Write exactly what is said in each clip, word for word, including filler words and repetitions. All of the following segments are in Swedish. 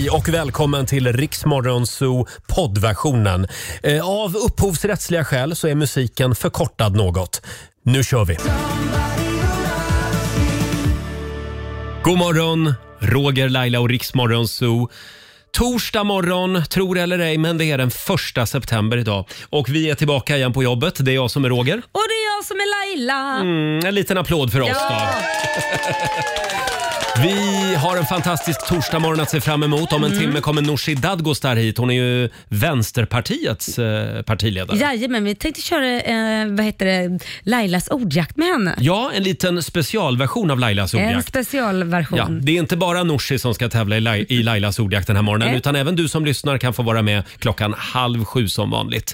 Hej och välkommen till Riksmorgon Zoo poddversionen. Eh, av upphovsrättsliga skäl så är musiken förkortad något. Nu kör vi! God morgon, Roger, Laila och Riksmorgon Zoo. Torsdag morgon, tror eller ej, men det är den första september idag. Och vi är tillbaka igen på jobbet. Det är jag som är Roger. Och det är jag som är Laila. Mm, en liten applåd för oss ja. då. Vi har en fantastisk torsdagmorgon att se fram emot. Om en mm. timme kommer Nooshi Dadgostar hit. Hon är ju Vänsterpartiets eh, partiledare. Jajamän, vi tänkte köra eh, vad heter det, Lailas ordjakt med henne. Ja, en liten specialversion av Lailas ordjakt. En specialversion. Ja, det är inte bara Nooshi som ska tävla i, Lai- i Lailas ordjakt den här morgonen, mm. utan även du som lyssnar kan få vara med klockan halv sju som vanligt.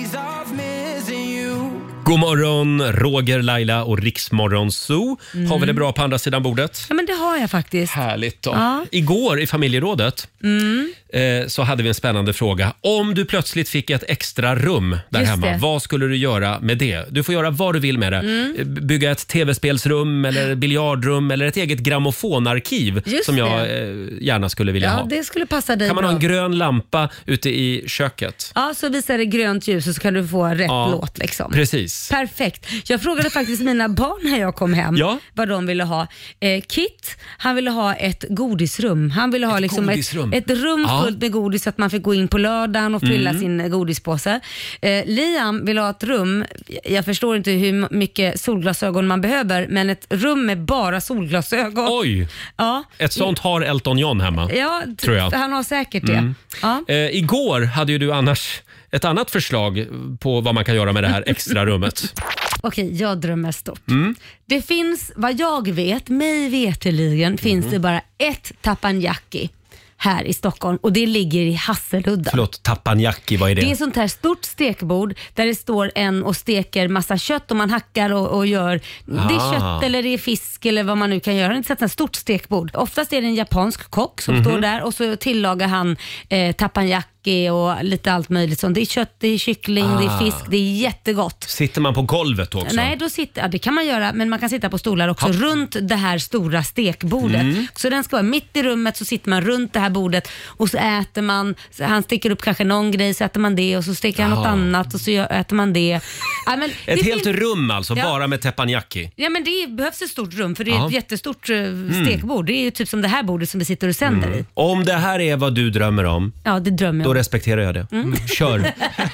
God morgon, Roger, Laila och Riksmorgon Zoo. Mm. Har vi det bra på andra sidan bordet? Ja, men det har jag faktiskt. Härligt då. Ja. Igår i familjerådet mm. eh, så hade vi en spännande fråga. Om du plötsligt fick ett extra rum där Just hemma, det. vad skulle du göra med det? Du får göra vad du vill med det. Mm. Bygga ett tv-spelsrum eller biljardrum eller ett eget grammofonarkiv. Just som jag det. eh, gärna skulle vilja Ja, ha. det skulle passa dig Kan man bra. ha en grön lampa ute i köket? Ja, så visar det grönt ljus och så kan du få rätt Ja, låt liksom. Precis. Perfekt. Jag frågade faktiskt mina barn när jag kom hem Ja. vad de ville ha. Eh, Kit, han ville ha ett godisrum. Han ville ha Ett liksom godisrum. ett, ett rum Ja. fullt med godis så att man fick gå in på lördagen och fylla Mm. sin godispåse. Eh, Liam ville ha ett rum, jag förstår inte hur mycket solglasögon man behöver, men ett rum med bara solglasögon. Oj! Ja. Ett sånt har Elton John hemma. Ja, t- tror jag. han har säkert det. Mm. Ja. Eh, igår hade ju du annars ett annat förslag på vad man kan göra med det här extra rummet. Okej, jag drömmer stort. Mm. Det finns, vad jag vet, mig veterligen finns Mm. det bara ett Tapanjaki här i Stockholm och det ligger i Hasseludden. Förlåt, Tapanjaki, vad är det? Det är sånt här stort stekbord där det står en och steker massa kött och man hackar och, och gör. Det är Ah. kött eller det är fisk eller vad man nu kan göra. Jag har inte sett ett stort stekbord. Oftast är det en japansk kock som Mhm. står där och så tillagar han eh, Tapanjaki och lite allt möjligt sånt. Det är kött, det är kyckling, Ah. det är fisk, det är jättegott. Sitter man på golvet också? Nej, då sitter, ja, det kan man göra, men man kan sitta på stolar också runt det här stora stekbordet. Mm. Så den ska vara mitt i rummet, så sitter man runt det här bordet och så äter man, så han sticker upp kanske någon grej, så äter man det och så sticker han Ah. något annat och så gör- äter man det. Ja, men det Ett helt finns- rum alltså, Ja. bara med teppanyaki. Ja, men det behövs ett stort rum för det är Ja. ett jättestort eh, stekbord. Det är ju typ som det här bordet som vi sitter och sänder i. Om det här är vad du drömmer om, Ja, det drömmer jag då om. respekterar jag det. Kör.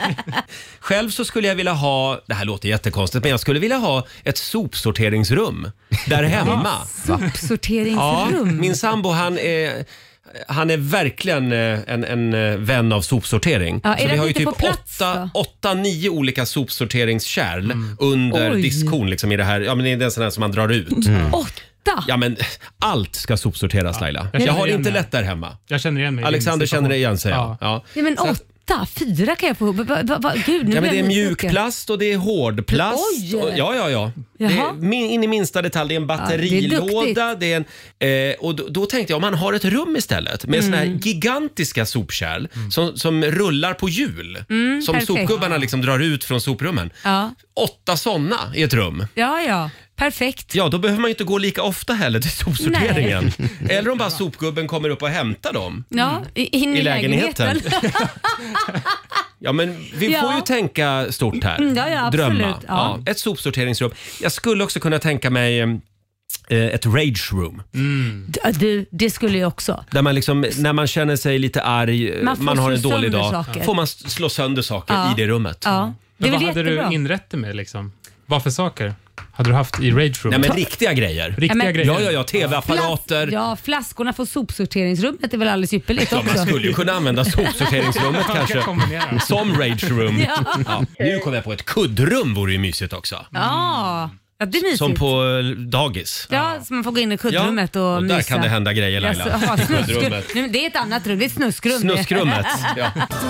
Själv så skulle jag vilja ha, det här låter jättekonstigt, men jag skulle vilja ha ett sopsorteringsrum där hemma. Ja, Sopsorteringsrum. min sambo han är Han är verkligen eh, en, en eh, vän av sopsortering. Ja, är så det vi har ju inte typ på plats åtta, då? åtta, nio olika sopsorteringskärl under Oj. diskhon liksom i det här. Ja, men det är en sån här som man drar ut. Åtta? Ja, men allt ska sopsorteras, Laila. jag Jag, känner har det igen inte det. lätt där hemma. Jag känner igen mig. i Alexander din känner det situation. igen sig. Ja. Ja. Ja. Ja, men Så att- åtta? Fyra kan jag få ihop. Va, va, va, Gud, nu Ja, men blir det är jag nyfiken. mjukplast och det är hårdplast. Oj! Och, ja, ja, ja. Det är Jaha. min, in i minsta detalj. Det är en batterilåda. det är en, eh, och då, då tänkte jag om man har ett rum istället med såna här Mm. gigantiska sopkärl som, som rullar på hjul. som Mm, perfekt. sopgubbarna liksom drar ut från soprummen. Ja. Åtta såna i ett rum. Ja, ja. Perfekt. Ja, då behöver man ju inte gå lika ofta heller till sopsorteringen. Eller om bara sopgubben kommer upp och hämtar dem. Ja, i- in i, I lägenheten. lägenheten. Ja, men vi Ja. får ju tänka stort här. Mm, ja, ja, absolut. Drömma. Ja. Ja, ett sopsorteringsrum. Jag skulle också kunna tänka mig eh, ett rage room. Ja, Du, det skulle jag också. Där man liksom, när man känner sig lite arg, Man man, får har en slå dålig sönder dag, saker. får man s- slå sönder saker Ja. i det rummet. Ja. Det är Men väl vad hade jättebra. du inrett det med liksom? Vad för saker hade du haft i Rage Room? Nej, men riktiga grejer. Riktiga Ja, men- grejer? Ja, ja, ja. Tv-apparater. Flas- ja, flaskorna från sopsorteringsrummet är väl alldeles ypperligt Ja, också. man skulle ju kunna använda sopsorteringsrummet Man kan kanske. kombinera. Som rage room. Ja. Ja. Nu kommer jag på ett kuddrum, vore ju mysigt också. Ja, ja det är mysigt. Som på eh, dagis. Ja, så man får gå in i kuddrummet och, och där mysa. kan det hända grejer, Laila. Ja, så- aha, snuskrum. Kuddrummet. Nu, det är ett annat rum, det är ett snuskrum. Snuskrummet. Ja.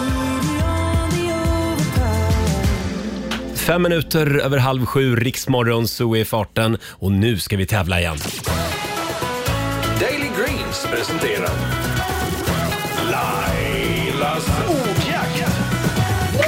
Fem minuter över halv sju, Riksmorgon Zoo i farten. Och nu ska vi tävla igen. Daily Greens presenterar Lailas ordjakt.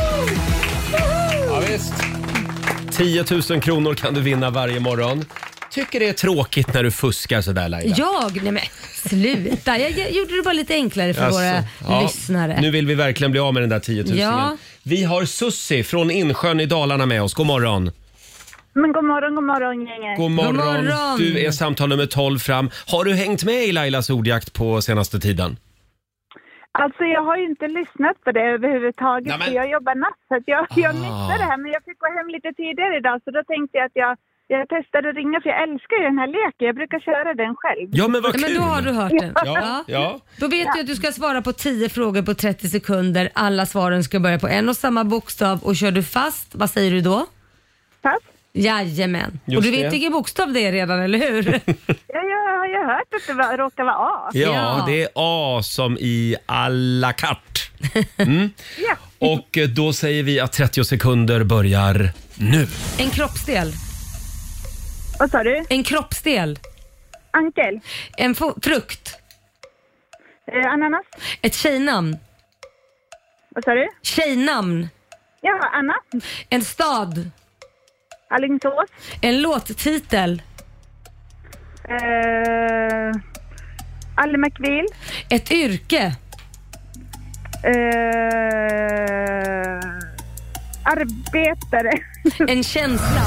Ja, visst. tio tusen kronor kan du vinna varje morgon. tycker det är tråkigt när du fuskar sådär, Laila. Jag? Nej men sluta. Jag, jag gjorde det bara lite enklare för Alltså, våra ja, lyssnare. Nu vill vi verkligen bli av med den där tiotusingen. Ja. Vi har Sussi från Insjön i Dalarna med oss. God morgon. Men god morgon, god morgon gänget. God morgon. God morgon. Du är samtal nummer tolv fram. Har du hängt med i Lailas ordjakt på senaste tiden? Alltså jag har ju inte lyssnat på det överhuvudtaget. Nej, men- för jag jobbar natt så att jag, jag Ah. missade det här. Men jag fick gå hem lite tidigare idag så då tänkte jag att jag, jag testade att ringa för jag älskar ju den här leken. Jag brukar köra den själv. Ja, men vad Nej, kul. men då har du hört den. Ja, ja. Då vet du att du ska svara på tio frågor på trettio sekunder. Alla svaren ska börja på en och samma bokstav. Och kör du fast, vad säger du då? Pass? Jajamän. Just och du det. vet vilken bokstav det är redan, eller hur? Ja, jag har ju hört att det var, råkar vara A. Ja, Ja. det är A som i à la carte. Mm. Ja. Och eh, då säger vi att trettio sekunder börjar nu. En kroppsdel. Vad sa du? En kroppsdel. Ankel. En fo- frukt. Eh, ananas. Ett tjejnamn. Vad sa du? Tjejnamn. Ja, Anna. En stad. Alingsås. En låttitel. Eh, Ally McBeal. Ett yrke. Eh, arbetare. En känsla.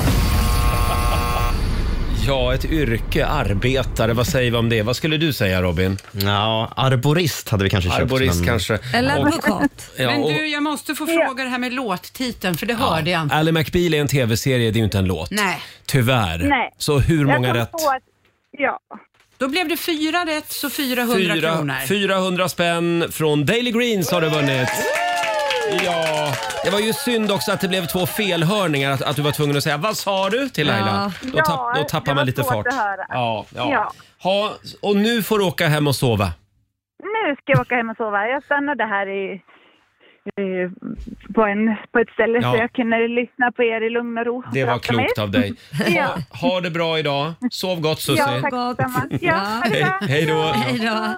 Ja, ett yrke, arbetare. Vad säger vi om det? Vad skulle du säga, Robin? Ja, arborist hade vi kanske köpt. Arborist men- kanske. Eller Och- advokat. Ja, Men och- du, jag måste få fråga det här med låttiteln, för det hörde jag inte. Ally McBeal är en tv-serie, det är ju inte en låt. Nej. Tyvärr. Nej. Så hur Jag många kom rätt? på att, ja. Då blev det fyra rätt, så fyrahundra kronor. fyrahundra spänn från Daily Greens har du vunnit. Ja, det var ju synd också att det blev två felhörningar, att, att du var tvungen att säga vad sa du till Laila? Ja. Då, tapp, Ja, då det tappar var man lite svårt fart. att höra. Ja, ja. Ja. Ha, och nu får du åka hem och sova. Nu ska jag åka hem och sova. Jag stannade här i, i, på, en, på ett ställe Ja. så jag kunde lyssna på er i lugn och ro. Det var Prata med klokt er. av dig. Ja. Ha, ha det bra idag. Sov gott, Susie. Ja, tack Gott. detsamma. Ja, Ja. ha det Hej, bra. hej då. Hej då.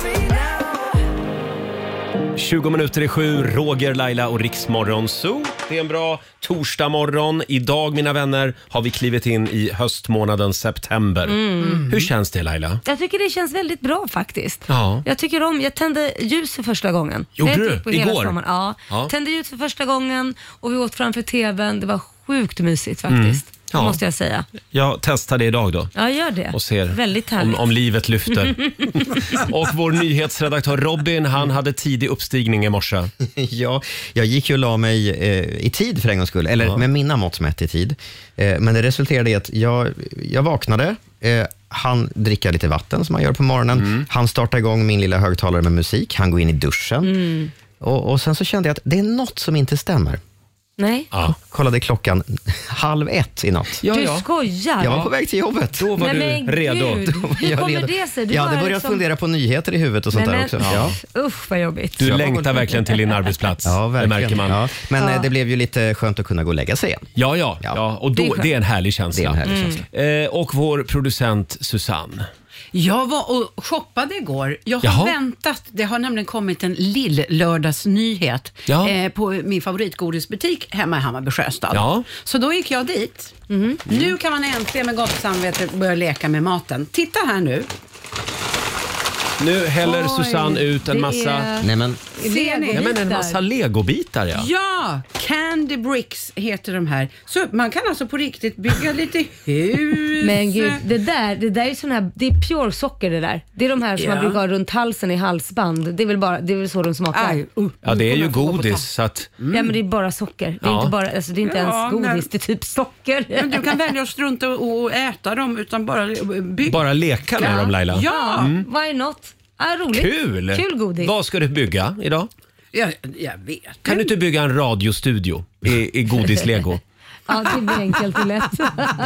tjugo minuter i sju, Roger, Laila och Riksmorgon Zoo. Det är en bra torsdagmorgon. Idag, mina vänner, har vi klivit in i höstmånaden september. Hur känns det, Laila? Jag tycker det känns väldigt bra faktiskt. Ja. Jag tycker om, jag tände ljus för första gången. Gjorde Jag har du? inte gjort på hela Igår? sommaren. Ja. Ja. Tände ljus för första gången och vi åt framför tvn. Det var sjukt mysigt faktiskt. Ja. Det måste jag säga. Jag testar det idag då. Ja, gör det. Och ser Väldigt om, härligt. om livet lyfter. Och vår nyhetsredaktör Robin, han hade tidig uppstigning i morse. Ja, jag gick ju och la mig eh, i tid för en gångs skull, eller med mina mått mätt i tid. Eh, men det resulterade i att jag, jag vaknade, eh, han dricker lite vatten som man gör på morgonen, han startar igång min lilla högtalare med musik, han går in i duschen. Och, och sen så kände jag att det är något som inte stämmer. Nej, Ja, Kollade klockan halv ett i natt. ja. du ja. skojar. Jag var på väg till jobbet. Då var Nej, du men redo. Gud. Hur Jag kommer redo. det sig? Du ja, bara det började liksom- fundera på nyheter i huvudet och sånt Nej, där men, också. Ja. Usch vad jobbigt. Du Så jag var längtar väl- verkligen till din arbetsplats. Ja, Det verkligen. märker man. Ja, Ja. Men Ja. eh, det blev ju lite skönt att kunna gå och lägga sig igen. ja, ja. Ja. Och Det är då, skönt. det är en härlig Det är känsla. en härlig känsla. Eh, och vår producent Susanne. Jag var och shoppade igår. Jag har Jaha. väntat. Det har nämligen kommit en lill-lördagsnyhet Ja. eh, på min favoritgodisbutik hemma i Hammarby Sjöstad. Ja. Så då gick jag dit. Nu kan man äntligen med gott samvete börja leka med maten. Titta här nu. Nu häller Oj, Susanne ut en det massa... är- Nej, men Ser ni? Nej, men en massa legobitar, ja. Ja, Candy Bricks heter de här. Så man kan alltså på riktigt bygga lite hus. Men gud, det där, det där är sån här, det är pure socker det där. Det är de här som Ja. man brukar ha runt halsen i halsband. Det är väl bara, det är väl så de smakar. Aj, uh, Ja, det nu är kommer ju jag få gå på godis, ta- så att... Ja, men det är bara socker. Det är Ja. inte bara, alltså det är inte Ja, ens godis, men- det är typ socker. Men du kan välja att strunta och och äta dem utan bara bygga. Bara leka med dem, Laila. Ja, Why not? Ah, roligt. Kul! Kul godis. Vad ska du bygga idag? jag, jag vet. Kan du inte bygga en radiostudio i, i godislego? Ja, det blir enkelt och lätt.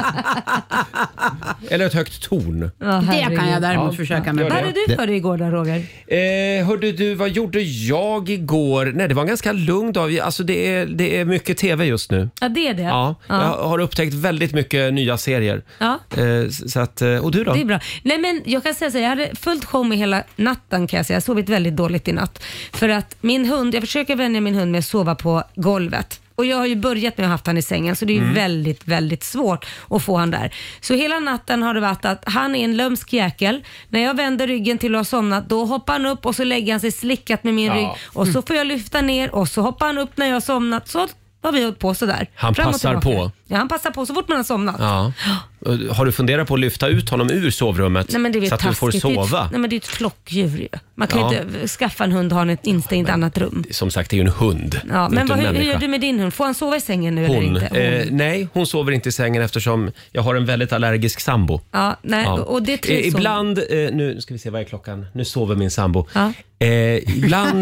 Eller ett högt torn? Ja, Det herregud. kan jag däremot Ja, försöka gör med. det. Vad hade du för dig igår då, Roger? Eh, hörde du, vad gjorde jag igår? Nej, det var en ganska lugn dag. Alltså det är, det är mycket tv just nu. Ja, det är det. Ja, ja. jag har upptäckt väldigt mycket nya serier. Ja. Eh, så att, eh, och du då? Det är bra. Nej, men jag kan säga så här, jag hade fullt show med hela natten kan jag säga. Jag har sovit väldigt dåligt i natt. För att min hund, jag försöker vänja min hund med att sova på golvet. Och jag har ju börjat med att ha haft han i sängen, så det är ju mm. väldigt, väldigt svårt att få han där. Så hela natten har det varit att han är en lömsk jäkel. När jag vänder ryggen till att ha somnat, då hoppar han upp och så lägger han sig slickat med min ja. rygg. Och så får jag lyfta ner och så hoppar han upp när jag har somnat. Så har vi hållit på sådär. Han Fram passar på. Ja, han passar på så fort man har somnat. Ja. Har du funderat på att lyfta ut honom ur sovrummet? Nej, men det är så att du får sova? Ett, nej, men det är ett flockdjur ju. Man kan ja. inte skaffa en hund och ha en instängt ja, annat rum. Som sagt, det är ju en hund. Ja, men vad, hur, hur gör du med din hund? Får han sova i sängen nu hon, eller inte? Hon. Eh, nej, hon sover inte i sängen eftersom jag har en väldigt allergisk sambo. Ja, nej, ja. Och det är eh, Ibland, eh, nu ska vi se vad är klockan. Nu sover min sambo. Ja. Eh, ibland...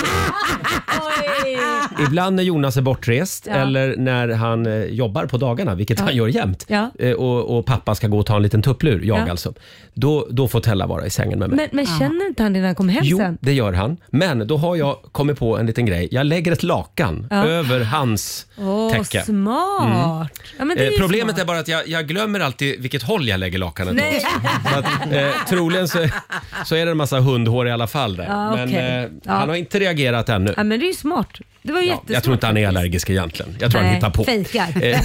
Ibland när Jonas är bortrest ja. eller när han eh, jobbar på dagarna, vilket ja. han gör jämt, ja. eh, och, och pappa ska gå och ta en liten tupplur, jag ja. alltså, då, då får Tella vara i sängen med mig. Men, men känner inte han det när han kommer hem jo, sen? det gör han. Men då har jag kommit på en liten grej. Jag lägger ett lakan ja. över hans oh, täcke. Smart. Mm. Ja, men det är eh, problemet smart. är bara att jag, jag glömmer alltid vilket håll jag lägger lakanet åt. Så att, eh, troligen så, så är det en massa hundhår i alla fall där. Ja, men okay. eh, ja. han har inte reagerat ännu. Ja, men det är ju smart. Det var ju ja, jag tror inte han är allergisk egentligen. Jag tror nej, han hittar på. fejkar.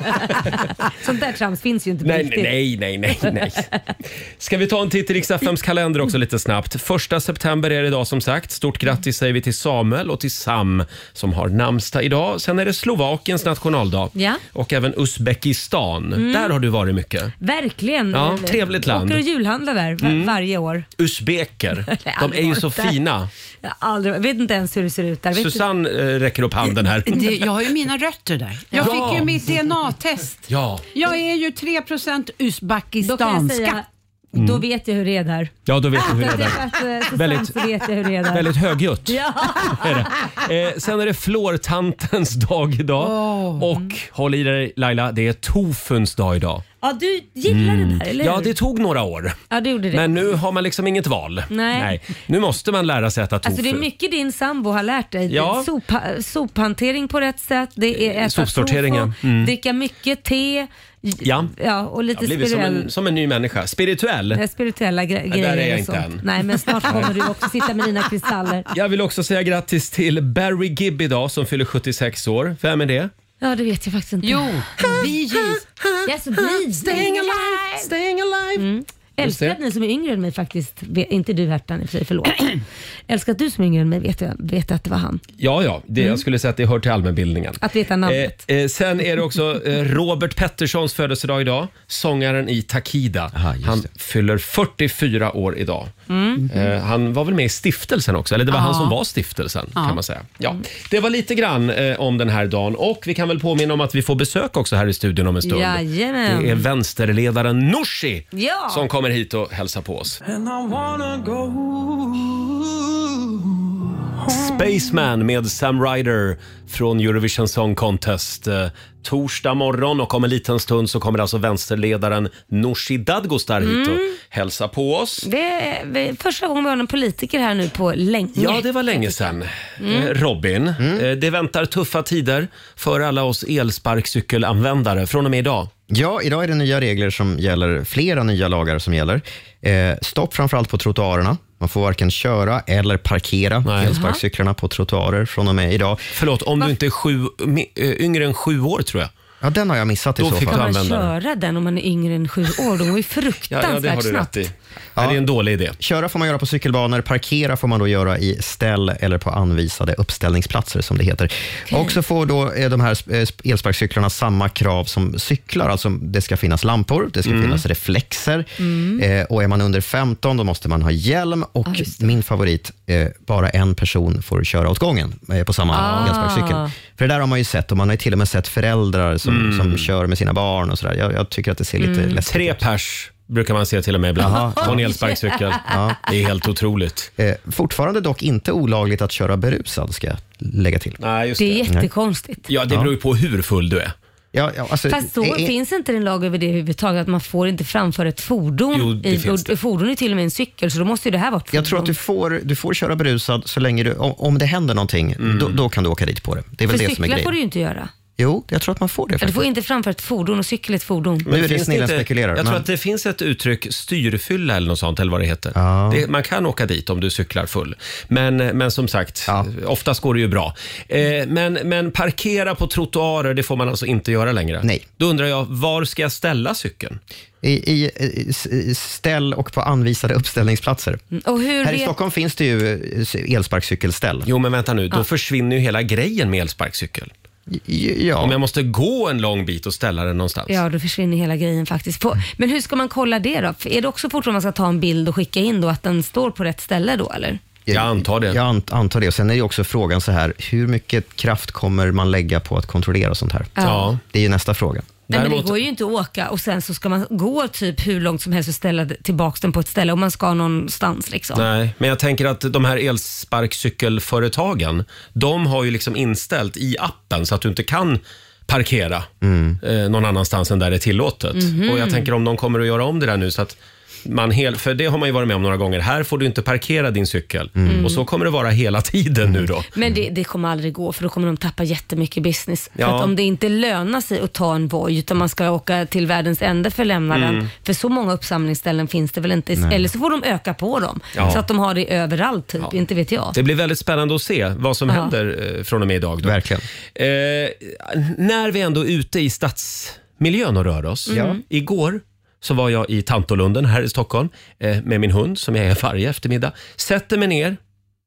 Sånt där trams finns ju inte på nej, riktigt. nej, nej, nej, nej. Ska vi ta en titt i Rix F M:s kalender också lite snabbt. Första september är det idag som sagt. Stort grattis säger vi till Samuel och till Sam som har namnsdag idag. Sen är det Slovakiens nationaldag. Ja. Och även Uzbekistan. Mm. Där har du varit mycket. Verkligen. Ja, trevligt land. Åker och julhandlar där var- mm. varje år. Uzbeker. De är ju så fina. Jag, aldrig, jag vet inte ens hur det ser ut där. Susanne äh, räcker upp handen här. Det, jag har ju mina rötter där. Jag ja. fick ju mitt D N A-test. Ja. Jag är ju tre procent Då kan jag uzbekistanska. säga, mm. då vet jag hur det är där. Ja, då vet du hur det är där. Att, uh, väldigt, så vet jag hur det är där. väldigt högljutt. Ja. är det. Eh, sen är det flårtantens dag idag. Oh. Och håll i dig Laila, det är tofuns dag idag. Ja, du gillar mm. det där, eller hur? Ja, det tog några år. Ja, det gjorde det. Men nu har man liksom inget val. Nej. Nej. Nu måste man lära sig äta tofu. Alltså det är mycket din sambo har lärt dig. Ja. Sopa, sophantering på rätt sätt. Det är äta Sopsortering, tofu, mm. dricka mycket te. Ja, ja och lite jag har blivit som en, som en ny människa. Spirituell. Ja, spirituella gre- ja, grejer. där är jag och inte sånt. än. Nej, men snart kommer du också sitta med dina kristaller. Jag vill också säga grattis till Barry Gibb idag som fyller sjuttiosex år. Vem är det? Ja, det vet jag faktiskt inte. Jo, Bee Gees. Yes, Bee Gees. Staying alive, staying alive. Mm. Älskar att ni som är yngre än mig faktiskt, inte du Hertan i och för sig, förlåt. Älskar att du som är yngre än mig vet, jag, vet att det var han. Ja, ja. Det, mm. Jag skulle säga att det hör till allmänbildningen. Att veta namnet. Eh, eh, sen är det också eh, Robert Petterssons födelsedag idag. Sångaren i Takida. Aha, han det. fyller fyrtiofyra år idag. Mm. Eh, han var väl med i stiftelsen också, eller det var ja. han som var stiftelsen ja. kan man säga. Ja. Det var lite grann eh, om den här dagen och vi kan väl påminna om att vi får besök också här i studion om en stund. Jajamän. Det är vänsterledaren Nooshi ja. som kommer hit och hälsar på oss. Spaceman med Sam Ryder från Eurovision Song Contest. Eh, torsdag morgon och om en liten stund så kommer alltså vänsterledaren Nooshi Dadgostar hit och mm. hälsa på oss. Det är första gången vi har en politiker här nu på länge. Ja, det var länge sedan. Mm. Eh, Robin, mm. eh, det väntar tuffa tider för alla oss elsparkcykelanvändare från och med idag. Ja, idag är det nya regler som gäller, flera nya lagar som gäller. Eh, stopp framförallt på trottoarerna. Man får varken köra eller parkera Nej. elsparkcyklarna på trottoarer från och med idag. Förlåt, om Va? du inte är sju, yngre än sju år tror jag. Ja, den har jag missat i Då så fall. Då fick man köra den om man är yngre än sju år. De var ju fruktansvärt ja, ja, det har du snabbt. Rätt i. Ja. Det är en dålig idé. Köra får man göra på cykelbanor, parkera får man då göra i ställ eller på anvisade uppställningsplatser som det heter. Okay. Och så får då de här elsparkcyklarna samma krav som cyklar. Alltså det ska finnas lampor, det ska mm. finnas reflexer mm. eh, och är man under femton då måste man ha hjälm och ah, min favorit, eh, bara en person får köra åt gången eh, på samma ah. elsparkcykel. För det där har man ju sett och man har ju till och med sett föräldrar som, mm. som kör med sina barn och sådär. Jag, jag tycker att det ser lite mm. läskigt Tre ut. pers brukar man se till och med ibland på en elsparkcykel. Ja. Det är helt otroligt. Eh, fortfarande dock inte olagligt att köra berusad, ska jag lägga till. Nej, just det. det är jättekonstigt. Ja, det beror ju på hur full du är. Ja, ja, alltså, Fast så är, finns inte en lag över det överhuvudtaget att man får inte framföra ett fordon. Jo, det i, finns det. Fordon är till och med en cykel, så då måste ju det här vara ett fordon. Jag tror att du får, du får köra berusad så länge du, om, om det händer någonting, mm. då, då kan du åka dit på det. Det är väl För det som är grejen. cyklar får du ju inte göra. Jo, jag tror att man får det Ja, du faktiskt. får inte framföra ett fordon och cykla ett fordon. Nu är det finns snillen inte- spekulerar. Jag tror men- att det finns ett uttryck styrfylla eller något sånt, eller vad det heter. Ja. Det, man kan åka dit om du cyklar full. Men, men som sagt, Ja. oftast går det ju bra. Eh, men, men parkera på trottoarer, det får man alltså inte göra längre. Nej. Då undrar jag, var ska jag ställa cykeln? I, i, i ställ och på anvisade uppställningsplatser. Och hur Här i vet... Stockholm finns det ju eh, elsparkcykelställ. Jo, men vänta nu, då försvinner ju hela grejen med elsparkcykel. J- Ja. Om jag måste gå en lång bit och ställa den någonstans. Ja, då försvinner hela grejen faktiskt. På... Men hur ska man kolla det då? Är det också fortfarande man ska ta en bild och skicka in då att den står på rätt ställe då, eller? Jag antar det. Jag ant- antar det. Och sen är ju också frågan så här, hur mycket kraft kommer man lägga på att kontrollera sånt här? Ja. Det är ju nästa fråga. Nej, men det Däremot- går ju inte att åka och sen så ska man gå typ hur långt som helst och ställa tillbaka den på ett ställe om man ska någonstans liksom. Nej, men jag tänker att de här elsparkcykelföretagen, de har ju liksom inställt i appen så att du inte kan parkera eh, någon annanstans än där det är tillåtet. Mhm. Och jag tänker om de kommer att göra om det där nu så att man hel, för det har man ju varit med om några gånger. Här får du inte parkera din cykel. Och så kommer det vara hela tiden nu då. Men det, det kommer aldrig gå för då kommer de tappa jättemycket business. Ja. För att om det inte lönar sig att ta en Voi utan man ska åka till världens ände för att lämna Mm. den. För så många uppsamlingsställen finns det väl inte. Eller så får de öka på dem. Ja. Så att de har det överallt typ, inte vet jag. Det blir väldigt spännande att se vad som Ja. händer eh, från och med idag. Då. Verkligen. Eh, när vi ändå är ute i stadsmiljön och rör oss. Ja. Igår så var jag i Tantolunden här i Stockholm eh, med min hund som jag är varje eftermiddag. Sätter mig ner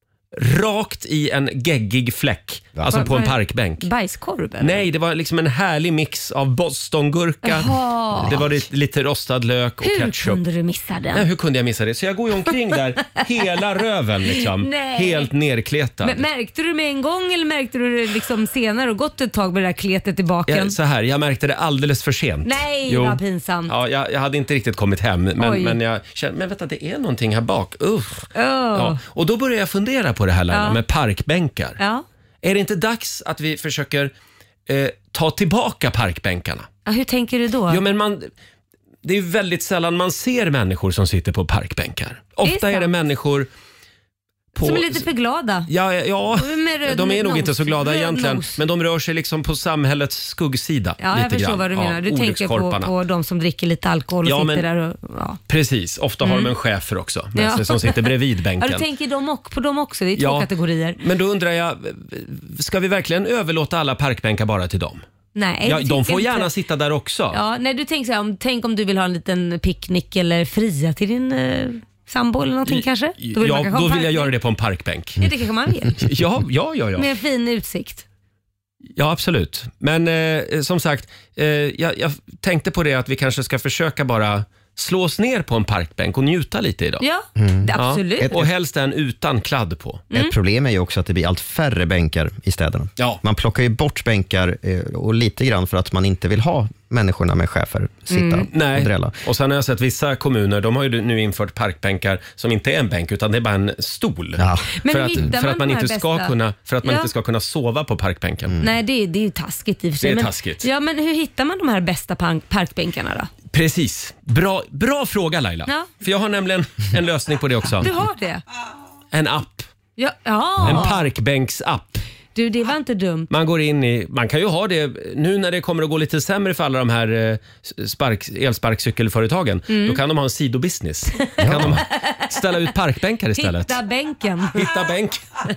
rakt i en geggig fläck, alltså på en parkbänk. Bajskorv eller? Nej, det var liksom en härlig mix av bostongurka, Jaha. det var lite, lite rostad lök och Hur ketchup. kunde du missa den? Nej, hur kunde jag missa det? Så jag går ju omkring där, hela röven liksom, Nej. helt nerkletad. Men, märkte du det med en gång eller märkte du det liksom senare och gått ett tag med det där kletet i baken? Ja, så här, jag märkte det alldeles för sent. Nej, vad pinsamt. Ja, jag, jag hade inte riktigt kommit hem, men, Oj. men jag kände, men vänta, det är någonting här bak. Uff. Åh. Ja. Och då började jag fundera på det här Laila, Ja. med parkbänkar. Ja. Är det inte dags att vi försöker eh, ta tillbaka parkbänkarna? Ja, hur tänker du då? Jo, men man, det är ju väldigt sällan man ser människor som sitter på parkbänkar. Ofta är, det sant. människor på... Som är lite för glada. Ja, ja, ja. Med röd de är nog nos. inte så glada Röd egentligen. nos. Men de rör sig liksom på samhällets skuggsida. Ja, lite jag förstår grann. vad du Ja, menar. Du tänker på, olyckskorparna. på de som dricker lite alkohol och Ja, sitter men- där och... Ja. Precis, ofta har de en chefer också med Ja. sig, som sitter bredvid Ja, bänken. du tänker dem och, på dem också. Det är två Ja. kategorier. Men då undrar jag, ska vi verkligen överlåta alla parkbänkar bara till dem? Nej, Ja, det de tycker får jag gärna inte. sitta där också. Ja, nej, du tänker så här, om, tänk om du vill ha en liten picknick eller fria till din eh, sambo eller någonting kanske? Ja, man kanske ha då en vill jag parkbänk. göra det på en parkbänk. Det kanske man vill. Ja, ja, ja. ja. Med en fin utsikt. Ja, absolut. Men eh, som sagt, eh, jag, jag tänkte på det att vi kanske ska försöka bara slå oss ner på en parkbänk och njuta lite idag. Ja, det, absolut. Ja. Och helst en utan kladd på. Ett problem är ju också att det blir allt färre bänkar i städerna. Ja. Man plockar ju bort bänkar eh, och lite grann för att man inte vill ha människorna med chefer sitta och Nej, drälla. och sen har jag sett vissa kommuner, de har ju nu infört parkbänkar som inte är en bänk utan det är bara en stol. Ja. Men för hur att, hittar för att man man de inte här ska bästa? kunna, för att man Ja. inte ska kunna sova på parkbänken. Nej, det, är- det är ju taskigt i och för sig. Det är men, taskigt. Ja, men hur hittar man de här bästa park- parkbänkarna då? Precis. Bra, bra fråga Laila. Ja. För jag har nämligen en lösning på det också. Du har det? En app. Ja. ja. En parkbänksapp. Du, det var inte dumt. Man går in i, man kan ju ha det nu när det kommer att gå lite sämre för alla de här eh, spark, elsparkcykelföretagen. Mm. Då kan de ha en sidobusiness. Kan de ställa ut parkbänkar istället. Hitta bänken. Hitta bänk.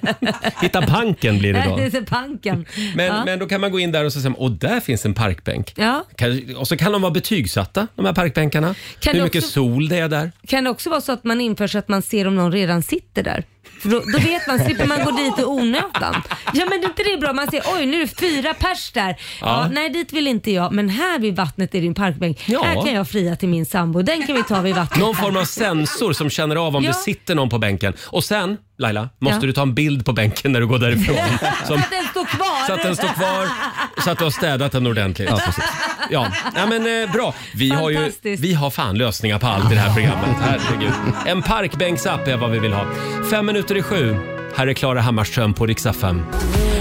Hitta banken blir det Nej, det då. är banken. Men, ja. men då kan man gå in där och så säga, åh där finns en parkbänk. Ja. Kan, och så kan de vara betygsatta, de här parkbänkarna. Kan Hur det mycket också- sol det är där. Kan det också vara så att man inför så att man ser om någon redan sitter där? För då, då vet man, slipper man gå dit i onödan. Ja, men det är inte det bra? Man ser, oj nu är det fyra pers där. Ja. Ja. nej, dit vill inte jag. Men här vid vattnet är det en parkbänk. Ja. Här kan jag fria till min sambo. Den kan vi ta vid vattnet. Någon form av sensor som känner av om Ja. det sitter någon på bänken. Och sen, Laila, måste Ja. du ta en bild på bänken när du går därifrån. Som, Så att den står kvar. så att den står kvar, så att du har städat den ordentligt. Ja, precis. Ja, ja men eh, bra. Vi har ju Fantastiskt. vi har fan lösningar på allt i det här programmet. Herregud. En parkbänksapp är vad vi vill ha. Fem minuter i sju. Här är Klara Hammarström på Rix F M.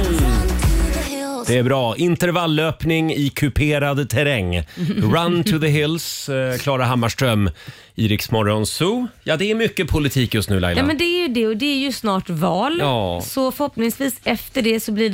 Det är bra. Intervallöpning i kuperad terräng. Run to the hills. eh, Klara Hammarström i Rix Morgon Zoo. Ja, det är mycket politik just nu, Laila. Ja, men det är ju det och det är ju snart val. Ja. Så förhoppningsvis efter det så blir det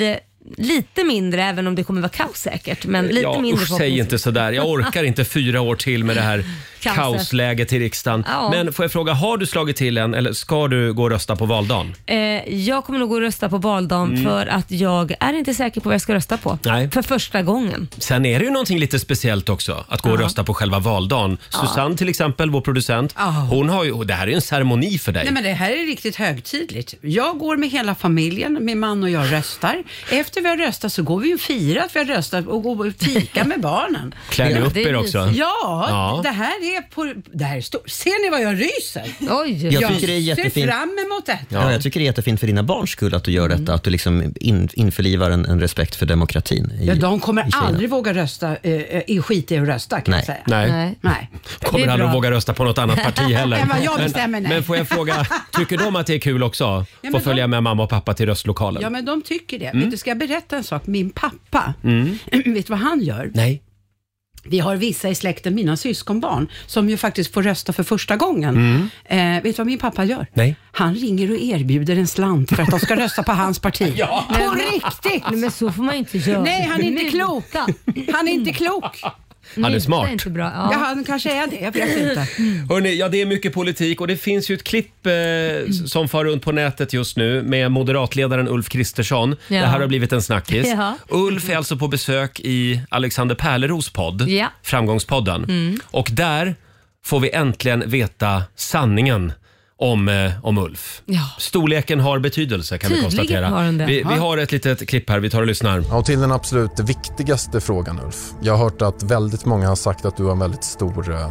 lite mindre, även om det kommer vara kaos säkert. Men lite ja, mindre. Usch, säg inte sådär. Jag orkar inte fyra år till med det här Kaoset. kaosläget i riksdagen. Ja. Men får jag fråga, har du slagit till än eller ska du gå och rösta på valdagen? Eh, jag kommer nog gå och rösta på valdagen Mm. för att jag är inte säker på vad jag ska rösta på. Nej. För första gången. Sen är det ju någonting lite speciellt också att gå och Ja. rösta på själva valdagen. Susanne till exempel, vår producent, hon har ju, det här är ju en ceremoni för dig. Nej, men det här är riktigt högtidligt. Jag går med hela familjen, min man och jag röstar. Efter vi har röstat så går vi och firar att vi har röstat och går och fika med barnen. Klär ni upp det är er också? Ja, Ja. det här är på... Det här är stort. Ser ni vad jag ryser? Oj, Jag Jag tycker det är ser jättefint. fram emot det. Ja, jag tycker det är jättefint för dina barns skull att du gör detta, att du liksom in, införlivar en, en respekt för demokratin i, Ja, de kommer i Kina. aldrig våga rösta eh, i skit i att rösta, kan Nej. jag säga. Nej. Nej. Nej. Kommer Det är aldrig bra. våga rösta på något annat parti heller. Ja, men jag men, bestämmer, nej. men får jag fråga, tycker de att det är kul också? men Få de- följa med mamma och pappa till röstlokalen? Ja, men de tycker det. Mm. Vet du, ska jag berätta en sak? Min pappa, vet du vad han gör? Nej. Vi har vissa i släkten, mina syskonbarn, som ju faktiskt får rösta för första gången. Mm. Eh, vet du vad min pappa gör? Nej. Han ringer och erbjuder en slant för att de ska rösta på hans parti. Ja. På riktigt! Nej, men så får man ju inte göra. Nej, han är inte Sluta. klok. Han är inte klok. Han är Muta smart. inte bra. Ja, Ja. han kanske är det, jag vet inte. Hörrni, ja, det är mycket politik och det finns ju ett klipp eh, som far runt på nätet just nu med moderatledaren Ulf Kristersson. Ja. Det här har blivit en snackis. Ja. Ulf är alltså på besök i Alexander Pärleros podd, Ja. Framgångspodden. Och där får vi äntligen veta sanningen om, eh, om Ulf. Ja. Storleken har betydelse kan vi Tydligen konstatera. har den det. Vi, vi har ett litet klipp här, vi tar och lyssnar. Ja, och till den absolut viktigaste frågan, Ulf. Jag har hört att väldigt många har sagt att du har en väldigt stor eh,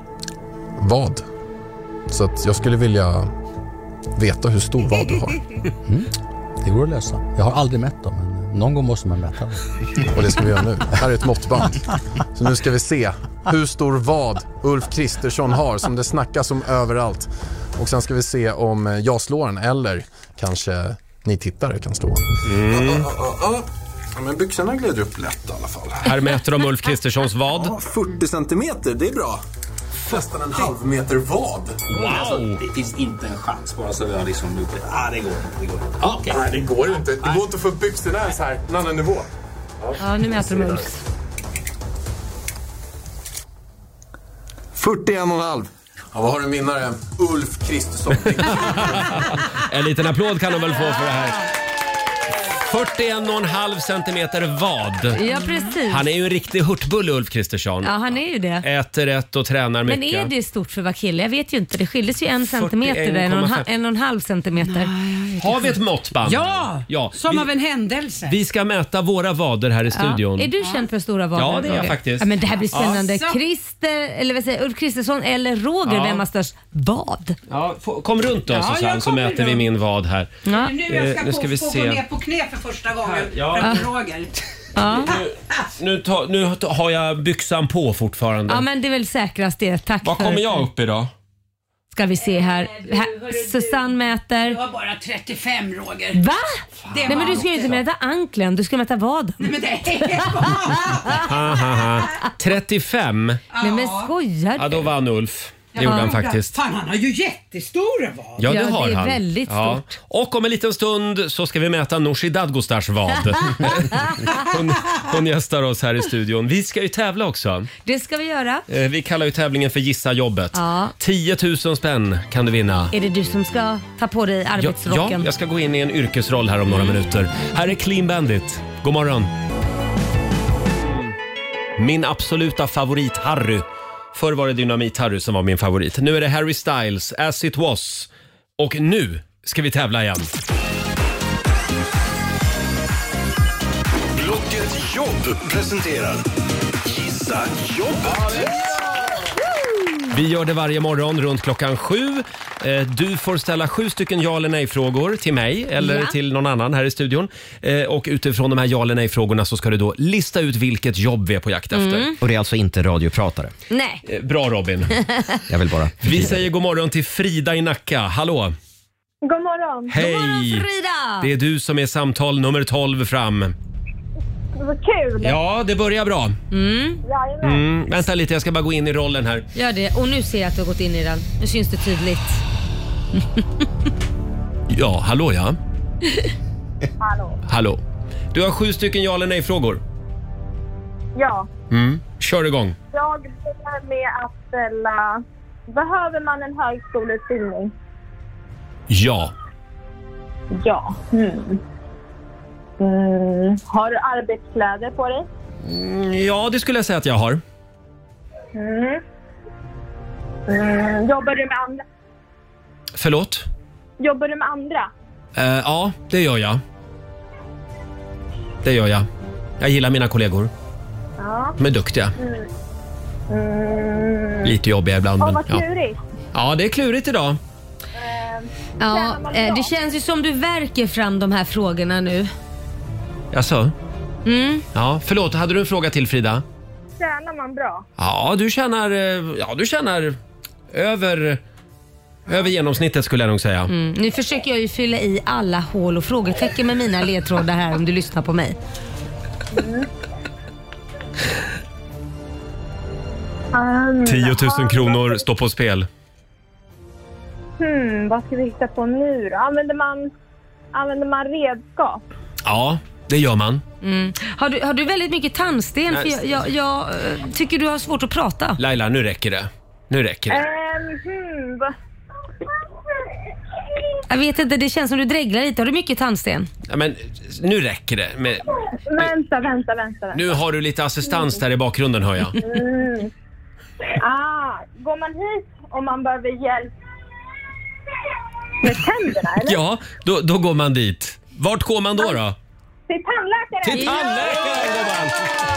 vad. Så att jag skulle vilja veta hur stor vad du har. Mm. Det går att lösa. Jag har aldrig mätt dem, men någon gång måste man mäta dem. Och det ska vi göra nu. Här är ett måttband. Så nu ska vi se hur stor vad Ulf Kristersson har, som det snackas om överallt. Och sen ska vi se om jag slår den eller kanske ni tittare kan slå. Mm. Ja, men byxorna glider upp lätt i alla fall. Här mäter de Ulf Kristerssons vad. Ja, fyrtio centimeter, det är bra. Nästan en halv meter vad. Wow! Det finns inte en chans bara så vi har liksom... Ah, det går inte. Det går inte. Okay. Nej, det går ju inte. Det går inte att få upp byxorna ens här. En annan nivå. Ja, nu mäter de Ulf. fyrtioen och en halv. Ja, vad har du vinnare? Ulf Kristersson. En liten applåd kan de väl få för det här. fyrtioen och en halv centimeter vad. Ja, precis. Han är ju en riktig hurtbulle, Ulf Kristersson. Ja, han är ju det. Äter rätt och tränar mycket. Men är det stort för att vara kille? Jag vet ju inte. Det skildes ju en centimeter där, en och en, ha- en och en halv centimeter. Har vi ett måttband? Ja, ja. som vi, av en händelse. vi ska mäta våra vader här i studion. Ja. Är du känd för stora vader? Ja, det är jag Roger? faktiskt. Ja, men det här blir spännande. Ja. Christer, eller vad säger jag, Ulf Kristersson eller Roger, Ja. vem har störst vad? Ja, få- kom runt då, Ja, Susanne, jag så kommer mäter vi runt. min vad här. Ja. Nu jag ska, Eh, nu ska få, vi få se. gå ner på knä för första gången. Ja. Framför Roger. Ja. Nu, ta, nu har jag byxan på fortfarande. ja, men det är väl säkrast det. Tack Vad för. kommer jag upp idag? Ska vi se här. här Susanne Du mäter. har bara trettiofem, Roger. Va? Det Nej, var men du ska ju inte mäta anklen, du ska mäta vaden. Nej, men det är Ha, ha, ha. trettiofem. Nej, men skojar Ja, du? då vann Ulf. Det gjorde han faktiskt. Fan, han har ju jättestora vad. Ja, det Ja, har det är han. väldigt stort. Och om en liten stund så ska vi mäta Nooshi Dadgostars vad. hon, hon gästar oss här i studion. Vi ska ju tävla också. Det ska vi göra. Eh, Vi kallar ju tävlingen för Gissa jobbet. Ja. tio tusen spänn kan du vinna. Är det du som ska ta på dig Ja, ja, arbetsrocken? jag ska gå in i en yrkesroll här om några minuter. Här är Clean Bandit. God morgon. Min absoluta favorit Harry. Förr var det Dynamit-Harry som var min favorit. Nu är det Harry Styles, As It Was. Och nu ska vi tävla igen. Blocket jobb presenterar Gissa jobbet. Vi gör det varje morgon runt klockan sju. Eh, Du får ställa sju stycken ja eller nej-frågor till mig eller Ja. till någon annan här i studion. Eh, Och utifrån de här ja eller nej-frågorna så ska du då lista ut vilket jobb vi är på jakt efter. Och det är alltså inte radiopratare. Nej. Eh, Bra Robin. Jag vill bara... Vi säger god morgon till Frida i Nacka. Hallå! God morgon. Hej! God morgon, Frida! Det är du som är samtal nummer tolv fram. Vad kul. Ja, det börjar bra. Jajamän. Mm, vänta lite, jag ska bara gå in i rollen här. Gör det. Och nu ser jag att du har gått in i den. Nu syns det tydligt. Ja, hallå ja. Hallå. Hallå. Du har sju stycken ja eller nej-frågor. Ja. Mm. Kör igång. Jag börjar med att ställa... Behöver man en högskoleutbildning? Ja. Ja. Mm. Mm. Har du arbetskläder på dig? Mm, ja, det skulle jag säga att jag har. Mm. Mm. Jobbar du med andra? Förlåt? Jobbar du med andra? Uh, ja, det gör jag. Det gör jag. Jag gillar mina kollegor. Ja. De är duktiga. Mm. Mm. Lite jobbiga ibland. Ja, men, vad ja. klurigt. Ja, det är klurigt idag. Ja, eh, det känns ju som du verkar fram de här frågorna nu. Jaså? Mm. Ja, förlåt. Hade du en fråga till, Frida? Tjänar man bra? Ja, du tjänar, eh, ja, du tjänar över, över genomsnittet skulle jag nog säga. Mm. Nu försöker jag ju fylla i alla hål och frågetecken med mina ledtrådar här om du lyssnar på mig. Mm. Um, tio tusen kronor står på spel. Hmm, vad ska vi hitta på nu då? Använder man, använder man redskap? Ja, det gör man. Mm. Har, du, har du väldigt mycket tandsten? Nej. För jag, jag, jag eh, tycker du har svårt att prata. Laila, nu räcker det. Nu räcker det. Um, hmm, va? Jag vet inte, det känns som du dreglar lite. Har du mycket tandsten? Ja, men nu räcker det. Men, Vänta, vänta, vänta. nu har du lite assistans där i bakgrunden, hör jag. Mm. Ah, går man hit om man behöver hjälp med tänderna, eller? Ja, då, då går man dit. Vart går man då då? Till tandläkaren! Till tandläkaren går man!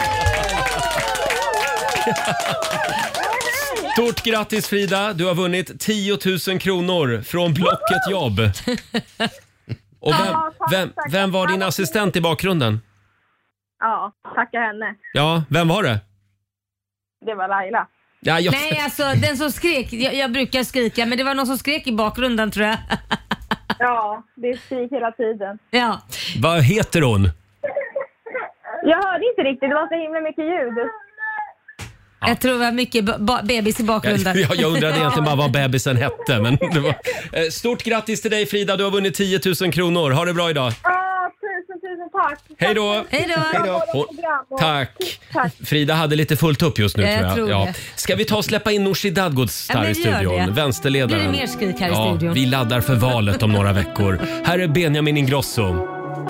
Stort grattis, Frida. Du har vunnit tio tusen kronor från Blocket Jobb. Och vem, vem, vem var din assistent i bakgrunden? Ja, tacka henne. Ja, vem var det? Det var Laila. Ja, jag... Nej, alltså den som skrek, jag, jag brukar skrika, men det var någon som skrek i bakgrunden, tror jag. Ja, det skrik hela tiden. Ja. Vad heter hon? Jag hörde inte riktigt, det var så himla mycket ljud. Ja. Jag tror det var mycket ba- bebis i bakgrunden. Jag, jag undrade egentligen bara vad bebisen hette. Men det var... Stort grattis till dig, Frida, du har vunnit tio tusen kronor. Ha det bra idag. Ja, tusen, tusen tack. Hej då. Hej då. Tack. Tack. Frida hade lite fullt upp just nu, jag tror jag. tror Ja. det. Ska vi ta och släppa in Nooshi Dadgostar Ja, men i gör studion? det. Vänsterledaren. Blir det mer skrik här i Ja, studion? vi laddar för valet om några veckor. Här är Benjamin Ingrosso.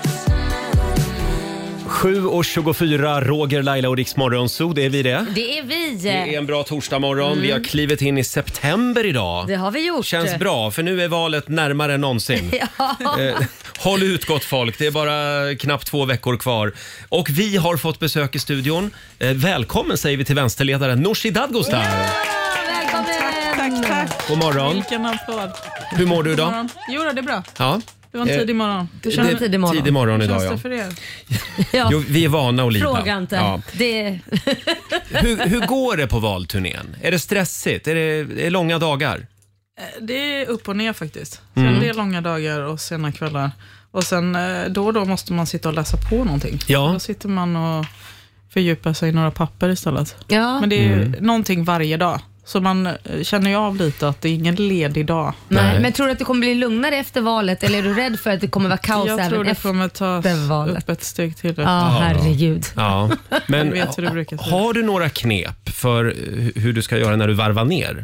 sju och tjugofyra, Roger, Laila och Rix Morgonzoo, det är vi det. Det är vi. Det är en bra torsdagmorgon. Mm. Vi har klivit in i september idag. Det har vi gjort. Känns bra, för nu är valet närmare än någonsin. Ja. Eh, håll ut, gott folk. Det är bara knappt två veckor kvar. Och vi har fått besök i studion. Eh, välkommen säger vi till vänsterledaren Nooshi Dadgostar. Välkommen! Tack, tack. God morgon. Vilken applåd. Hur mår du idag? Jo, det är bra. Ja. Det var en tidig morgon. Det, känns det, tidig morgon. tidig morgon idag, Hur ja. känns det för er? Ja. Jo, vi är vana att lida. Fråga inte. Ja. Det... hur, hur går det på valturnén? Är det stressigt? Är det, är det långa dagar? Det är upp och ner faktiskt. Sen Mm. det är långa dagar och sena kvällar. Och sen eh, då och då måste man sitta och läsa på någonting. Ja. Då sitter man och fördjupar sig i några papper istället. Ja. Men det är ju Mm. någonting varje dag. Så man eh, känner ju av lite att det är ingen ledig dag. Nej. Men tror du att det kommer bli lugnare efter valet, eller är du rädd för att det kommer vara kaos Jag även tror det efter kommer ta valet? upp ett steg till. Ja, herregud. Ja. Men Jag vet hur det brukar se ut. har du några knep för hur du ska göra när du varvar ner?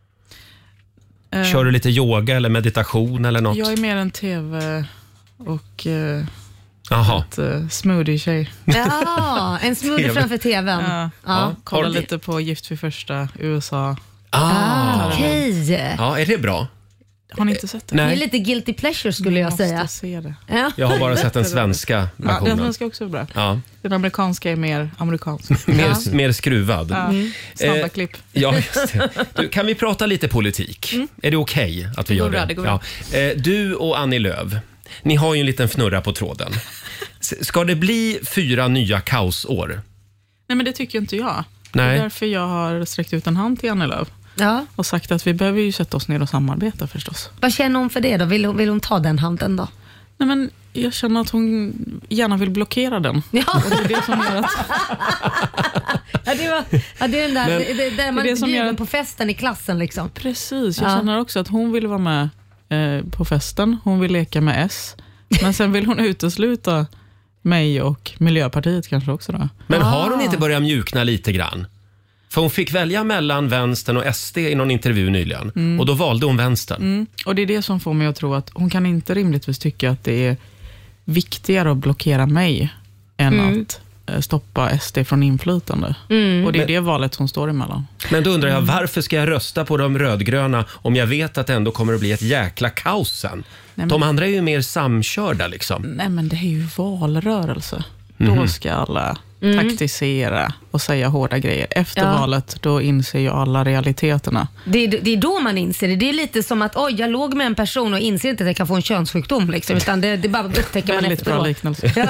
Eh, Kör du lite yoga eller meditation eller något? Jag är mer en tv och eh, Jaha. ett eh, smoothie-tjej. Ja, en smoothie T V. framför tvn. Ja. Ja. Kolla Har du- lite på Gift vid första, U S A. Ah. Okej. Ja, är det bra? Har ni inte sett det? Det är Nej, lite guilty pleasure skulle jag Måste säga. se det. Ja. jag har bara sett den svenska Ja, den versionen. svenska också är bra. Ja. Den amerikanska är mer amerikansk. Mer, mer skruvad. Ja. Snabba Eh, klipp. Ja, just det. Du, kan vi prata lite politik? Är det okej att vi Det gör går det? bra, det går bra. Ja. Eh, Du och Annie Lööf, ni har ju en liten fnurra på tråden. S- Ska det bli fyra nya kaosår? Nej, men det tycker inte jag. Det Nej. är därför jag har sträckt ut en hand till Annie Lööf Ja. och sagt att vi behöver ju sätta oss ner och samarbeta förstås. Vad känner hon för det då? Vill hon, vill hon ta den handen då? Nej, men jag känner att hon gärna vill blockera den. Ja. Och det är det som gör att... Ja, det, var, ja, det är den där, Men- det, det, där man det som bjuder gör att- på festen i klassen liksom. Precis, jag Ja. känner också att hon vill vara med eh, på festen. Hon vill leka med S. Men sen vill hon utesluta mig och Miljöpartiet kanske också då. Men har hon inte börjat mjukna lite grann? För hon fick välja mellan vänstern och S D i någon intervju nyligen. Mm. Och då valde hon vänstern. Mm. Och det är det som får mig att tro att hon kan inte rimligtvis tycka att det är viktigare att blockera mig än mm. att stoppa S D från inflytande. Mm. Och det är men, det valet som står emellan. Men då undrar jag, varför ska jag rösta på de rödgröna om jag vet att det ändå kommer att bli ett jäkla kaos sen? Nej, de andra är ju mer samkörda liksom. Nej, men det är ju valrörelse. Mm. Då ska alla mm. taktisera och säga hårda grejer. Efter ja. valet, då inser ju alla realiteterna. Det är, det är då man inser det. Det är lite som att oj, jag låg med en person och inser inte att jag kan få en könssjukdom. Liksom, utan det, det bara upptäcker man väldigt efteråt. Bra liknelse.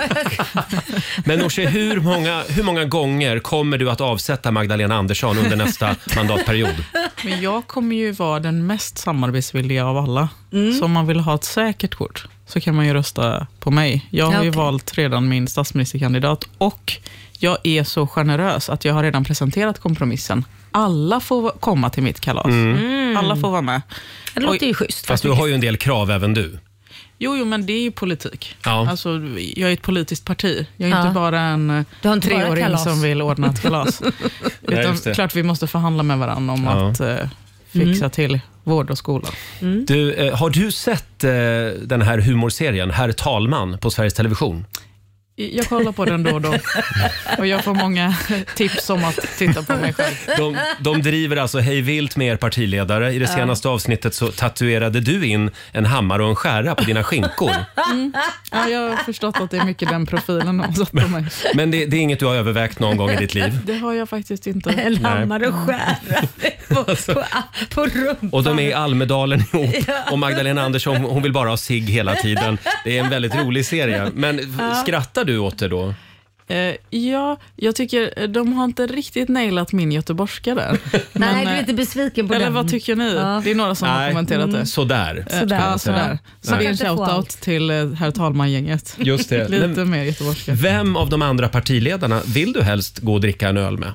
Men Nooshi, hur många, hur många gånger kommer du att avsätta Magdalena Andersson under nästa mandatperiod? Men jag kommer ju vara den mest samarbetsvilliga av alla. Mm. Så om man vill ha ett säkert kort så kan man ju rösta på mig. Jag har ja, okay. ju valt redan min statsministerkandidat och jag är så generös att jag har redan presenterat kompromissen. Alla får komma till mitt kalas. Mm. Alla får vara med. Det låter ju schysst. Fast du har ju en del krav även du. Jo, jo, men det är ju politik. Ja. Alltså, jag är ett politiskt parti. Jag är ja. inte bara en inte treåring bara som vill ordna ett kalas. Utan Nej, klart vi måste förhandla med varandra om ja. att uh, fixa mm. till vård och skola. Mm. Du, eh, har du sett eh, den här humorserien Herr Talman på Sveriges Television? Jag kollar på den då och då. Och jag får många tips om att titta på mig själv. De, de driver alltså hej vilt med er partiledare. I det senaste ja. avsnittet så tatuerade du in en hammare och en skära på dina skinkor. Mm. Ja, jag har förstått att det är mycket den profilen de satt på mig. Men det, det är inget du har övervägt någon gång i ditt liv? Det har jag faktiskt inte. En hammare och skära på, alltså, på, på rumpan. Och de är i Almedalen ihop. Och Magdalena Andersson, hon vill bara ha sig hela tiden. Det är en väldigt rolig serie. Men ja. skrattar du åt det då? Uh, ja, jag tycker de har inte riktigt nailat min göteborgska där. Men, nej, du är lite besviken på eller den. Vad tycker ni? Ja. Det är några som nej. har kommenterat det. Sådär. Uh, sådär. Ja, sådär. Så nej. det är en shoutout till uh, herr talman-gänget. Just det. Lite men, mer göteborgska. Vem av de andra partiledarna vill du helst gå och dricka en öl med?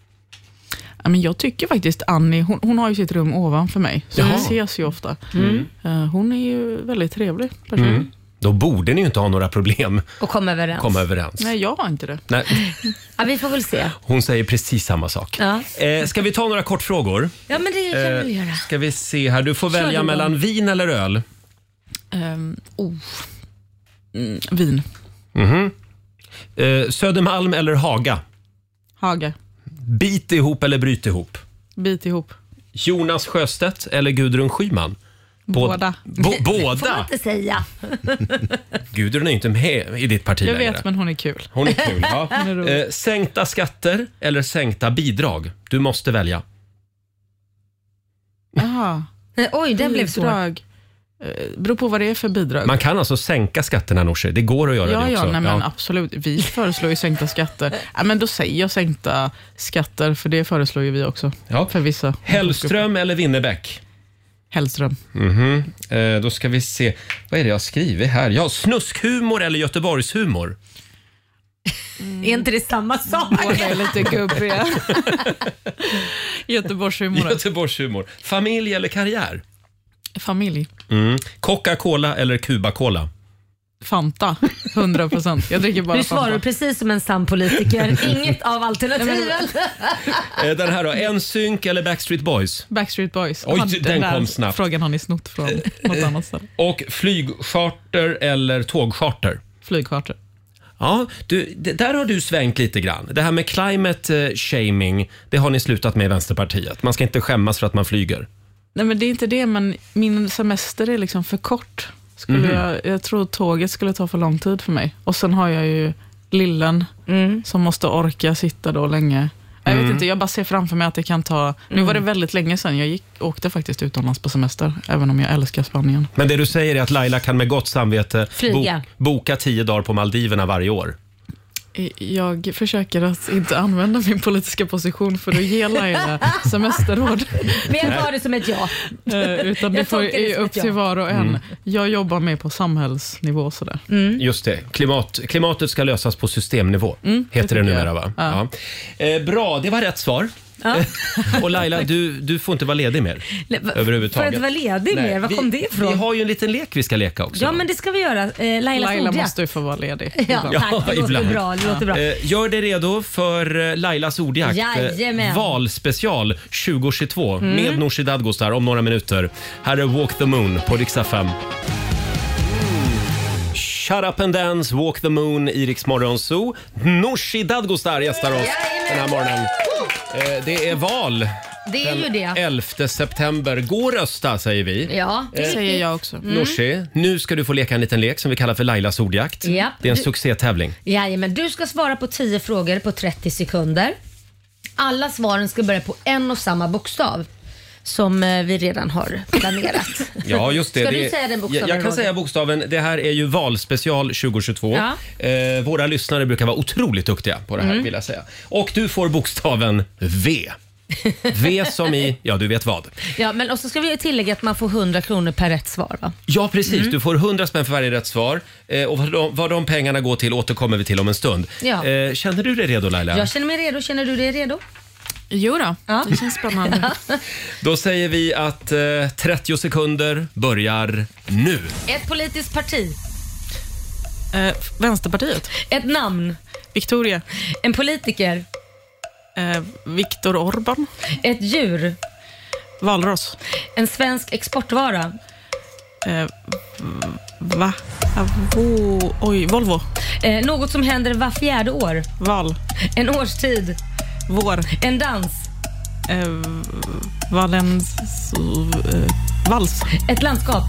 Ja, men jag tycker faktiskt Annie, hon, hon har ju sitt rum ovanför mig. Så vi ses ju ofta. Mm. Uh, hon är ju väldigt trevlig person. Mm. Då borde ni ju inte ha några problem och komma överens. komma överens. Nej, jag har inte det. Nej. Ja, vi får väl se. Hon säger precis samma sak. Ja. Eh, ska vi ta några kortfrågor? Ja, men det kan eh, vi göra. Ska vi se här. Du får Kör välja du mellan vin eller öl. Um, oh. mm, vin. Mm-hmm. Eh, Södermalm eller Haga? Haga. Bit ihop eller bryt ihop? Bit ihop. Jonas Sjöstedt eller Gudrun Schyman? Båda. Bo- båda? Får man inte säga. Gudrun är inte med i ditt parti Jag längre. vet, men hon är kul. Hon är kul, ja. är eh, sänkta skatter eller sänkta bidrag? Du måste välja. Jaha. Oj, den blev svår. Beror på vad det är för bidrag. Man kan alltså sänka skatterna, Nooshi. Det går att göra ja, det också. Ja, nej, men absolut. Vi föreslår ju sänkta skatter. Ja, men då säger jag sänkta skatter, för det föreslår ju vi också. Ja. För vissa. Hellström eller Winnerbäck? Hellström. Mm-hmm. Eh, då ska vi se. Vad är det jag skriver här? Ja, snuskhumor eller Göteborgshumor? Mm. Är inte det samma sak? Båda är lite gubbiga. Göteborgshumor. Göteborgshumor. Familj eller karriär? Familj. Mm. Coca-Cola eller Cuba-Cola? Fanta, hundra procent. Jag dricker bara du svarar Fanta. Precis som en sann politiker. Inget av alternativen. Den här då, en synk eller Backstreet Boys? Backstreet Boys. Oj, den, den den kom snabbt. Frågan har ni snott från något annat ställe. Och flygcharter eller tågcharter? Flygcharter. Ja, du, det, där har du svängt lite grann. Det här med climate shaming, det har ni slutat med i Vänsterpartiet. Man ska inte skämmas för att man flyger. Nej, men det är inte det, men min semester är liksom för kort. Skulle mm. jag, jag tror tåget skulle ta för lång tid för mig. Och sen har jag ju lillen mm. som måste orka sitta då länge. Jag vet mm. inte, jag bara ser framför mig att det kan ta... Mm. Nu var det väldigt länge sedan jag gick, åkte faktiskt utomlands på semester, även om jag älskar Spanien. Men det du säger är att Laila kan med gott samvete bo, boka tio dagar på Maldiverna varje år. Jag försöker att inte använda min politiska position för att ge Laila semesterråd. Men jag tar det som ett ja. Utan det får det upp till var och en. Mm. Jag jobbar med på samhällsnivå sådär. Mm. Just det. Klimat, klimatet ska lösas på systemnivå. Mm, heter det, det numera, va? Ja. Ja. Eh, bra, det var rätt svar. Ja. Och Laila, du, du får inte vara ledig mer. Nej, va- överhuvudtaget. För att vara ledig Nej, mer? Var vi, kom det ifrån? Vi har ju en liten lek vi ska leka också. Ja, men det ska vi göra. Eh, Lailas Laila ordjakt. måste ju få vara ledig. Ja, ibland. tack. Det låter ibland. bra. Det låter bra. Eh, Gör dig redo för eh, Lailas ordjakt. Eh, Jajamän. Valspecial tjugohundratjugotvå med Nooshi Dadgostar om några minuter. Här är Walk the Moon på Rix F M. Shut up and dance, Walk the Moon i Rix Morgon Zoo. Nooshi Dadgostar gästar oss den här morgonen. Eh, Det är val. Det är ju Den det. elfte september. Gå och rösta säger vi. Ja, Det säger jag också. Nooshi, nu ska du få leka en liten lek som vi kallar för Lailas ordjakt. Ja. Det är en Du- succétävling. Jajamän, du ska svara på tio frågor på trettio sekunder. Alla svaren ska börja på en och samma bokstav som eh, vi redan har planerat. Ja, just det. Ska det du säga den bokstaven, Jag, jag kan Roger? säga bokstaven. Det här är ju valspecial tjugohundratjugotvå. Ja. Eh, våra lyssnare brukar vara otroligt duktiga på det här Mm. vill jag säga. Och du får bokstaven V. V som i, ja du vet vad. Ja, men och så ska vi tillägga att man får hundra kronor per rätt svar, va? Ja, precis. Mm. Du får hundra spänn för varje rätt svar. Eh, och vad de, vad de pengarna går till återkommer vi till om en stund. Ja. Eh, känner du dig redo Laila? Jag känner mig redo. Känner du dig redo? Jo då, Ja. det känns spännande. Då säger vi att eh, trettio sekunder börjar nu. Ett politiskt parti. Eh, Vänsterpartiet. Ett namn. Victoria. En politiker. Eh, Viktor Orban. Ett djur. Valros. En svensk exportvara. Eh, va? Avo, oj, Volvo. Eh, något som händer var fjärde år. Val. En årstid. Vår. En dans. Eh, Valens... Eh, vals. Ett landskap.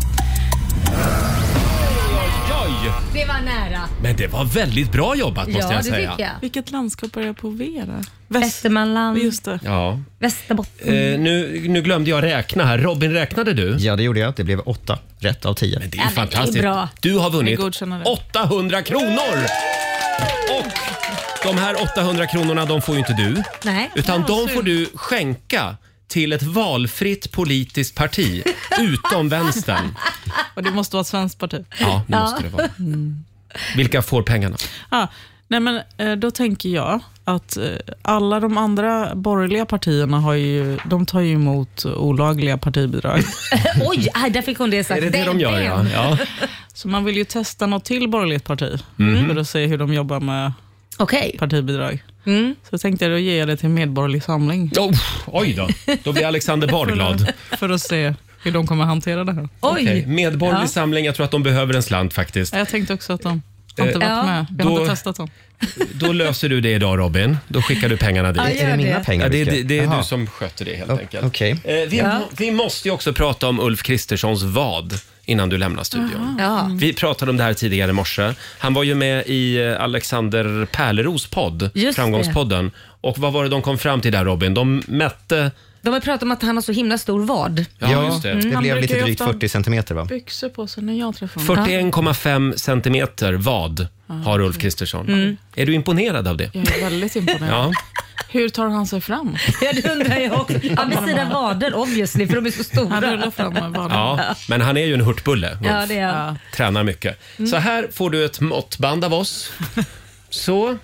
Oj! Det var nära. Men det var väldigt bra jobbat måste Ja, jag det säga. tycker jag. Vilket landskap börjar på V där? Väst. Västermanland. Just det. Ja. Västerbotten. Eh, nu, nu glömde jag räkna här. Robin, räknade du? Ja, det gjorde jag. Det blev åtta rätt av tio. Men det är Ja, ju men det är fantastiskt. bra. Du har vunnit Jag godkänner det. åttahundra kronor! Och de här åttahundra kronorna de får ju inte du. Nej. Utan Ja, de synd. får du skänka till ett valfritt politiskt parti utom vänstern. Och det måste vara ett svenskt parti. Ja, det måste det vara. Vilka får pengarna? Ah, nej men eh, då tänker jag att eh, alla de andra borgerliga partierna har ju, de tar ju emot olagliga partibidrag. Oj, aj, där fick hon det sagt. Är det det de Den, gör? den. Ja. Ja. Så man vill ju testa något till borgerligt parti Mhm. för att se hur de jobbar med Okej. partibidrag. Mm. Så tänkte jag då ge det till Medborgerlig Samling Oh, oj då, då blir Alexander Bard glad. för att se hur de kommer hantera det här. Oj. Okej, Medborgerlig Ja. samling, jag tror att de behöver en slant faktiskt. Ja, jag tänkte också att de har inte Eh, varit ja. med. Vi har Då- inte testat dem. Då löser du det idag Robin. Då skickar du pengarna dit. Ja, Är gör det mina det. pengar? Ja, det, vi ska- det, det är Jaha. du som sköter det helt O- enkelt. Okej. Eh, vi, Ja. må, vi måste ju också prata om Ulf Kristerssons vad innan du lämnar studion. Ja. Vi pratade om det här tidigare i morse. Han var ju med i eh, Alexander Pärleros podd, Just Framgångspodden. Och vad var det de kom fram till där Robin? De mätte... De har pratat om att han har så himla stor vad. Ja, Ja, just det. det Han blev brukar lite ju drygt ofta- fyrtio centimeter va? Byxor på sig när jag träffar honom. fyrtioen komma fem centimeter vad har Ulf Kristersson. Är du imponerad av det? Jag är väldigt imponerad. Ja. Hur tar han sig fram? Ja, det undrar jag också. Ja, med sina vader obviously, för de är så stora. Han rullar fram med vaden. ja, men han är ju en hurtbulle. Ulf. Ja, det är han. Tränar mycket. Så här får du ett måttband av oss. Så.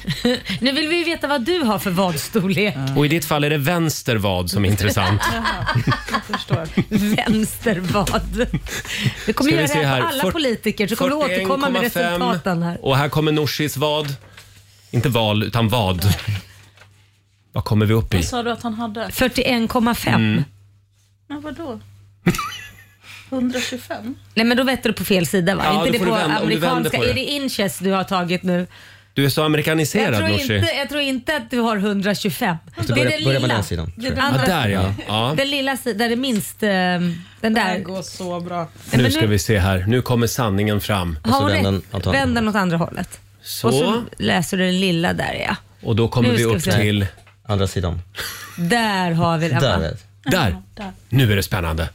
Nu vill vi veta vad du har för vadstorlek. Och i ditt fall är det vänster vad som är intressant. Jag förstår. Vänstervad. Det kommer Ska vi göra se det här här. på alla Fyr- politiker, så kommer du återkomma med fyrtioen komma fem. resultaten här. Och här kommer Nooshis vad. Inte val, utan vad. Vad kommer vi upp i? Vad sa du att han hade? fyrtioen komma fem. Mm. Men vadå? etthundratjugofem? Nej, men då vet du på fel sida, va? Ja, Inte då det får på du vända- om du vänder amerikanska. på det. Är det inches du har tagit nu? Du är så Jag amerikaniserad tror, Nooshi. inte, jag tror inte att du har etthundratjugofem. Måste Det är börja- den börja lilla. med den sidan, Det är tror den jag. Ja, andra där ja. sidan. ja. Den lilla sidan, där det är minst... eh, Den Det här där. går så bra. Nej, Nu men ska vi se här. Nu kommer sanningen fram. så Har hon vänd den rätt? åt andra Vänd den hållet. åt andra hållet. Så. Och så läser du den lilla där, ja. Och då kommer Nu vi ska vi upp se. till... Andra sidan. Där har vi den. Där va? är det. Där! Nu är det spännande.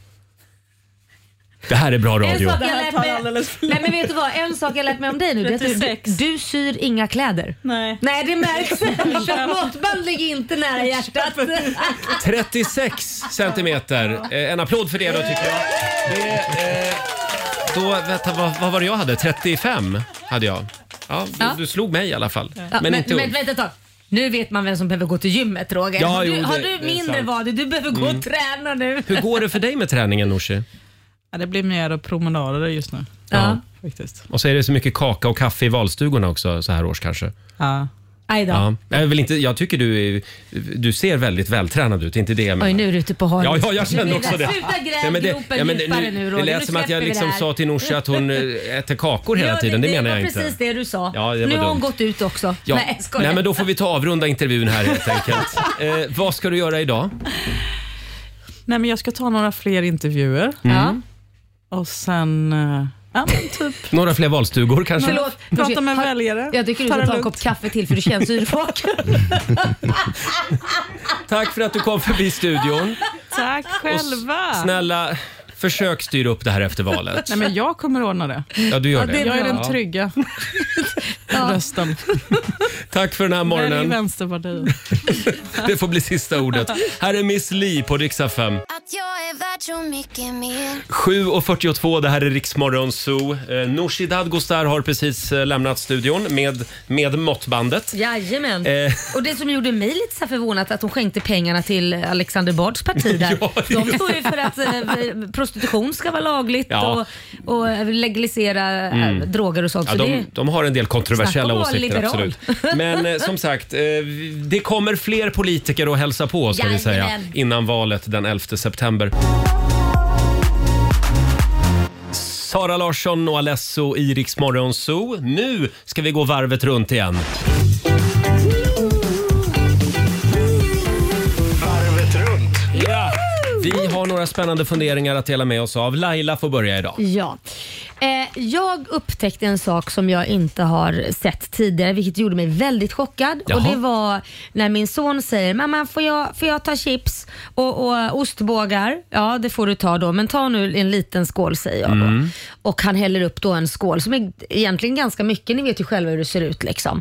Det här är bra En radio. sak Det jag här lärt tar mig, alldeles för nej men vet du vad, en sak jag lärt mig om dig nu, det är att du, trettiosex. du syr inga kläder. Nej. Nej, det märks. För måttband ligger inte nära hjärtat. trettiosex centimeter. Eh, en applåd för det då tycker jag. Det, eh, då, vänta, vad, vad var det jag hade? trettiofem hade jag. Ja, du, Ja. du slog mig i alla fall. Ja, men, men, inte men Ulf. vänta ett tag. Nu vet man vem som behöver gå till gymmet, Roger. Ja, har du, jo, det- har det är du mindre sant. vad du behöver gå Mm. och träna nu. Hur går det för dig med träningen, Nooshi? Ja, det blir mer promenader just nu. Ja. Faktiskt. Och så är det så mycket kaka och kaffe i valstugorna också så här års kanske. Ja. Aj då. Ja. Jag, vill inte, jag tycker du, är, du ser väldigt vältränad ut, inte det jag menar. Oj, nu är du ute på havet. Ja, ja, jag Nu kände blir också det. Sluta gräv Ja, men det- gropen ja, men djupare nu- nu, det Roger. lät Nu som att jag släpper vi liksom det här. sa till Nooshi att hon eh, äter kakor hela Ja, tiden. Det, det menar jag var inte. precis det du sa. Ja, det var nu har hon dumt. gått ut också. Ja. Nej, skojar. Nej, men då får vi ta avrunda intervjun här helt enkelt. Eh, vad ska du göra idag? Nej, men jag ska ta några fler intervjuer. Mm. Och sen... eh, Ja, men typ. Några fler valstugor kanske? Förlåt. Prata med Har- väljare. Jag tycker du Ta ska det ta en lugnt. kopp kaffe till för du känns yrvaken. Tack för att du kom förbi studion. Tack själva. Snälla, försök styra upp det här efter valet. Nej, men jag kommer ordna det. Ja, du gör det. Jag är den Ja. trygga rösten. Tack för den här Nej, morgonen. Vänsterpartiet. Det får bli sista ordet. Här är Miss Li på Rix F M. Att jag är värd så mycket mer. sju och fyrtiotvå, det här är Rix Morgon Zoo. Eh, Nooshi Dadgostar har precis eh, lämnat studion med, med måttbandet. Jajamän. Eh. Och det som gjorde mig lite så förvånat att hon skänkte pengarna till Alexander Bards parti där. Ja, De står ju för att eh, prostitution ska vara lagligt Ja. och, och legalisera eh, Mm. droger och sånt. Ja, så de, det, de har en del kontroversiella Snacka om att vara åsikter, liberal. absolut. Men eh, som sagt, eh, det kommer fler politiker att hälsa på, ska vi säga, Jajamän. innan valet den elfte september. Sara Larsson och Alesso i Rix Morgon Zoo. Nu ska vi gå varvet runt igen. Varvet runt. Ja. Vi har några spännande funderingar att dela med oss av. Laila får börja idag. Ja. Eh, jag upptäckte en sak som jag inte har sett tidigare, vilket gjorde mig väldigt chockad. Jaha. Och det var när min son säger: mamma, får jag, får jag ta chips och, och ostbågar? Ja, det får du ta då, men ta nu en liten skål, säger jag då. Mm. Och han häller upp då en skål som är egentligen ganska mycket. Ni vet ju själva hur det ser ut liksom.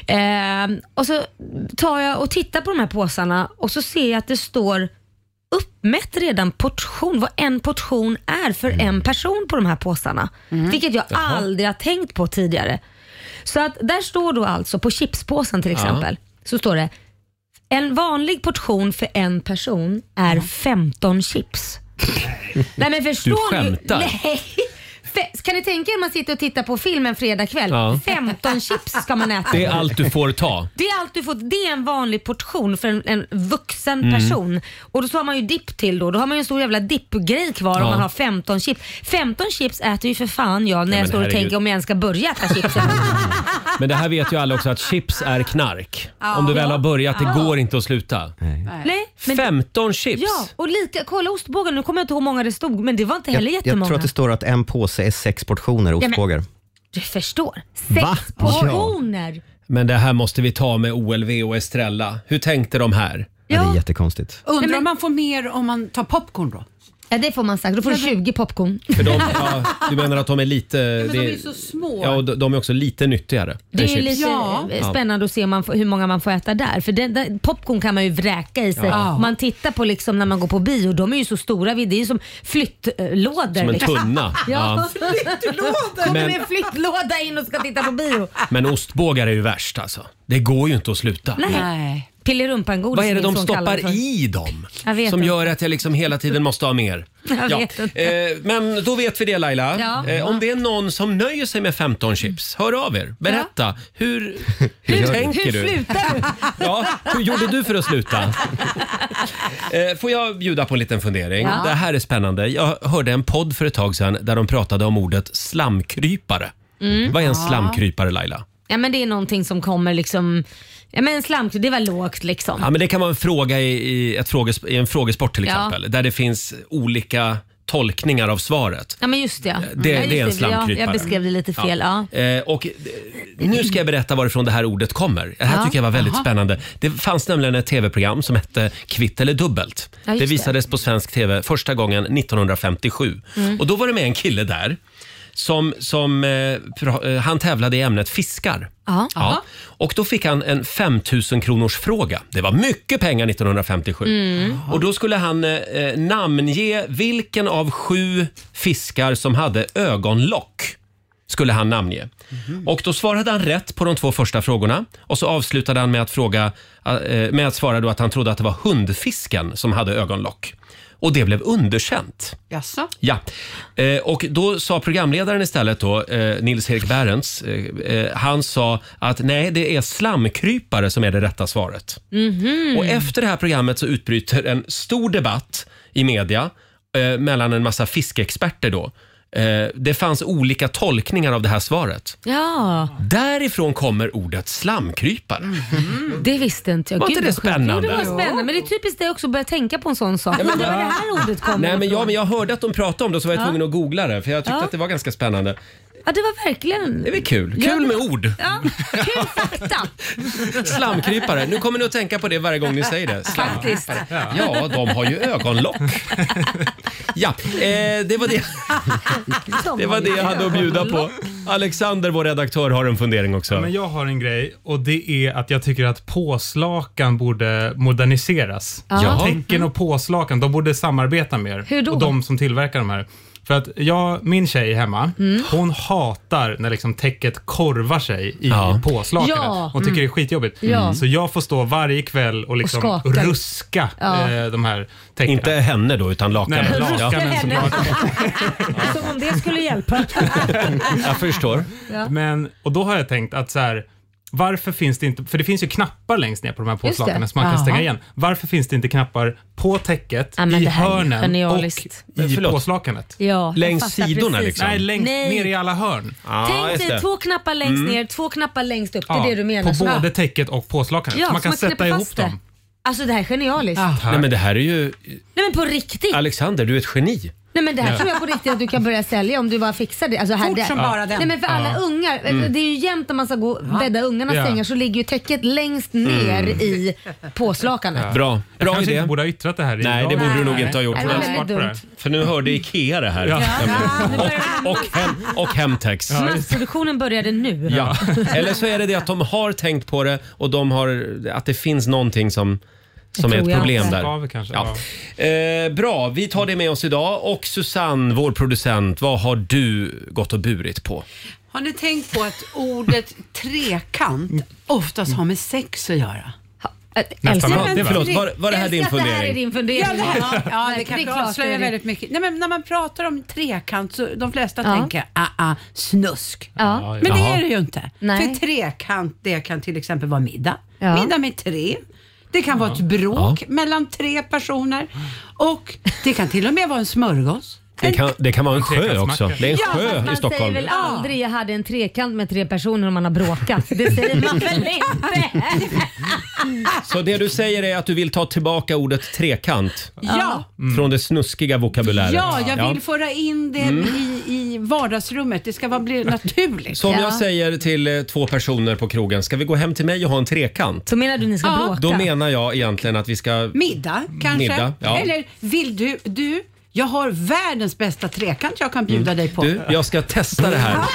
Eh, och så tar jag och tittar på de här påsarna och så ser jag att det står uppmätt redan portion, vad en portion är för en person på de här påsarna. Vilket jag Jaha. aldrig har tänkt på tidigare. Så att där står då alltså på chipspåsen till Ja. exempel, så står det: en vanlig portion för en person är femton chips. Nej men förstår Du skämtar. Nej. Fe- Kan ni tänka er man sitter och tittar på film en fredag kväll? Ja. femton chips ska man äta. Det är allt du får ta. Det är allt du får. Det är en vanlig portion för en, en vuxen Mm. person. Och då så har man ju dipp till då. Då har man ju en stor jävla dippgrej kvar Ja. om man har femton chips. femton chips äter ju för fan jag när Nej, jag men står och herregud. tänker om jag ens ska börja äta chips. Men det här vet ju alla också, att chips är knark. Ja. Om du väl har börjat, det Ja. går inte att sluta. Nej, men- femton chips. Ja, och lika, kolla ostbågen. Nu kommer jag inte ihåg hur många det stod, men det var inte heller Jag, jag jättemånga. tror att det står att en påse är sex portioner men- ostbågar. Du förstår. Sex Va? portioner. Men det här måste vi ta med O L V och Estrella. Hur tänkte de här? Ja. Det är jättekonstigt. Undrar om man får mer om man tar popcorn då? Ja, det får man sagt. Då får du tjugo popcorn. För de, ja, du menar att de är lite... men de det- är ju så små. Ja, och de de är också lite nyttigare. Det än är chips. lite Ja. eh, spännande att se om man får, hur många man får äta där. För den, den, popcorn kan man ju vräka i sig. Ja. Om man tittar på liksom när man går på bio, de är ju så stora. Det är ju som flyttlådor. Som en liksom. tunna. Ja. Ja. Flyttlådor! Kommer Men- med en flyttlåda in och ska titta på bio. Men ostbågar är ju värst alltså. Det går ju inte att sluta. Nej. Pillerumpangodis. Vad är det min de son kallar stoppar för. i dem? Jag vet Som inte. gör att jag liksom hela tiden måste ha mer. Jag vet inte. Eh, men då vet vi det, Laila. Ja. Eh, om det är någon som nöjer sig med femton chips, hör av er. Berätta. Hur, hur gör du? tänker Hur du? slutar du? Ja, hur gjorde du för att sluta? Eh, får jag bjuda på en liten fundering? Ja. Det här är spännande. Jag hörde en podd för ett tag sedan där de pratade om ordet slamkrypare. Mm. Vad är en Ja. slamkrypare, Laila? Ja, men det är någonting som kommer liksom... Ja, men slam, det var lågt liksom. Ja, men det kan vara en fråga i, i, ett fråges, i en frågesport till Ja. exempel. Där det finns olika tolkningar av svaret. Ja, men just det. Det, ja, just det är en Ja, slamkrypare. jag beskrev det lite fel. Ja. Eh, och eh, nu ska jag berätta varifrån det här ordet kommer. Det här Ja. tycker jag var väldigt Jaha. spännande. Det fanns nämligen ett tv-program som hette Kvitt eller dubbelt. Ja, just det det. visades på svensk tv första gången nittonhundrafemtiosju. Mm. Och då var det med en kille där som, som eh, pra- eh, han tävlade i ämnet fiskar. Ja. Ja. Och då fick han en femtusen kronors fråga. Det var mycket pengar nittonhundrafemtiosju. Mm. Och då skulle han eh, namnge vilken av sju fiskar som hade ögonlock. skulle han namnge. Mm. Och då svarade han rätt på de två första frågorna. Och så avslutade han med att, fråga, äh, med att svara då att han trodde att det var hundfisken som hade ögonlock. Och det blev underkänt. Jaså? Ja, eh, och då sa programledaren istället då, eh, Nils-Erik Bärens, eh, han sa att nej, det är slamkrypare som är det rätta svaret. Mm-hmm. Och efter det här programmet så utbryter en stor debatt i media eh, mellan en massa fiskeexperter då. Eh, det fanns olika tolkningar av det här svaret. Ja. Därifrån kommer ordet slamkrypare. Mm. Det visste inte jag. Var Gud, inte det spännande? Jo, det var spännande. Men det är typiskt det också att börja tänka på en sån sak. Ja, men, det var det här ordet kommer Nej, men ifrån. jag, men jag hörde att de pratade om det, så var jag Ja. tvungen att googla det. För jag tyckte Ja. att det var ganska spännande. Ja, det var verkligen... Det är kul. Kul Ja, det- med ord. Ja, kul fakta. Slamkrypare. Nu kommer ni att tänka på det varje gång ni säger det. Faktiskt. Ja, de har ju ögonlock. Ja, eh, det var det. Det var det jag hade att bjuda på. Alexander, vår redaktör, har en fundering också. Ja, men jag har en grej, och det är att jag tycker att påslakan borde moderniseras. Ja. Tecken och påslakan, de borde samarbeta mer. Hur då? Och de som tillverkar de här. För att jag, min tjej hemma, Mm. hon hatar när liksom täcket korvar sig i Ja. påslakanet. Ja. Hon tycker Mm. det är skitjobbigt. Ja. Så jag får stå varje kväll och liksom skaka. ruska Ja. eh, de här täckena. Inte henne då, utan lakanet. Nej, Ja. lakanen som Som om det skulle hjälpa. Jag förstår. Ja. Men, och då har jag tänkt att så här, varför finns det inte, för det finns ju knappar längst ner på de här påslakanen det. som man kan Aha. stänga igen. Varför finns det inte knappar på täcket, Ja, men i det här är hörnen genialiskt. och i Förlåt. påslakanet? Ja, jag Längs fattar sidorna precis. liksom? Nej, längst Nej. ner i alla hörn. Ja, Tänk just dig det. två knappar längst ner, två knappar längst upp. Det är det du menar. På Så- både täcket och påslakanet. Ja, så man kan så man sätta knäpper ihop fast det. dem. Alltså det här är genialiskt. Nej, men det här är ju... Nej men på riktigt. Alexander, du är ett geni. Nej men det här Ja. tror jag på riktigt att du kan börja sälja om du bara fixar det. Alltså, här, Fort det. som bara den. Nej men för alla Ja. ungar, Mm. det är ju jämt när man ska gå och bädda ungarnas Ja. sängar så ligger ju täcket längst ner Mm. i påslakanet. Bra. Jag Bra kanske idé. inte borde ha yttrat det här i Nej, det radio. borde du nog Nej. inte ha gjort. Nej, För, det var det- väldigt Spart på det. dumt. för nu hörde Ikea det här. Ja. Och, hem, och Hemtex. Ja, just det. Massproduktionen började nu. Ja. Eller så är det det att de har tänkt på det och de har, att det finns någonting som, som är tror ett jag problem inte. där. Skaver kanske, Ja. Eh, bra, vi tar det med oss idag. Och Susanne, vår producent, vad har du gått och burit på? Har ni tänkt på att ordet trekant oftast har med sex att göra? Nästan Elsa, alltid, va? Förlåt, var, var det här din älskar att det här är fundering? din fundering. Ja, det, här, ja, det är kan klart avslöja det är det. väldigt mycket. Nej, men när man pratar om trekant så de flesta Ja. tänker ah, ah, snusk. Ja. Men det Jaha. är det ju inte. Nej. För trekant, det kan till exempel vara middag. Ja. Middag med tre. Det kan vara ett bråk mellan tre personer. Och det kan till och med vara en smörgås. Det kan, det kan vara en sjö trekantsmacka. också. Det är en Ja, sjö fast i man Stockholm. säger väl aldrig jag hade en trekant med tre personer om man har bråkat. Det säger man väl inte? Så det du säger är att du vill ta tillbaka ordet trekant Ja. från det snuskiga vokabuläret. Ja, jag vill Ja. Mm. föra in det i, i vardagsrummet. Det ska vara bli naturligt. Så om Ja. jag säger till eh, två personer på krogen, ska vi gå hem till mig och ha en trekant? Så menar du ni ska Ja. bråka? Då menar jag egentligen att vi ska... Middag kanske? Middag, ja. Eller vill du, du, jag har världens bästa trekant jag kan bjuda dig på. Du, jag ska testa det här.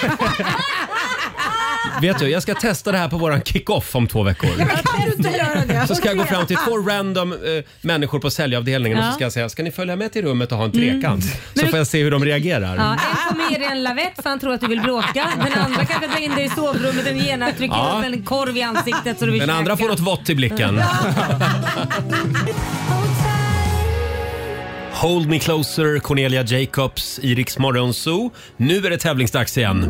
Vet du, jag ska testa det här på våran kick-off om två veckor. Kan du inte göra det? Så ska jag gå fram till två random eh, människor på säljavdelningen och så ska jag säga, ska ni följa med till rummet och ha en trekant? Så får jag se hur de reagerar. Ja, en får med dig en lavett för han tror att du vill bråka. Den andra kanske drar in dig i sovrummet en genast trycker Ja. upp en korv i ansiktet så du vill Den andra käka. får något vått i blicken. Hold Me Closer, Cornelia Jacobs, i Rix Morgon Zoo. Nu är det tävlingsdags igen.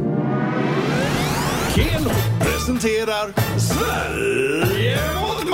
Keno presenterar Sverige mot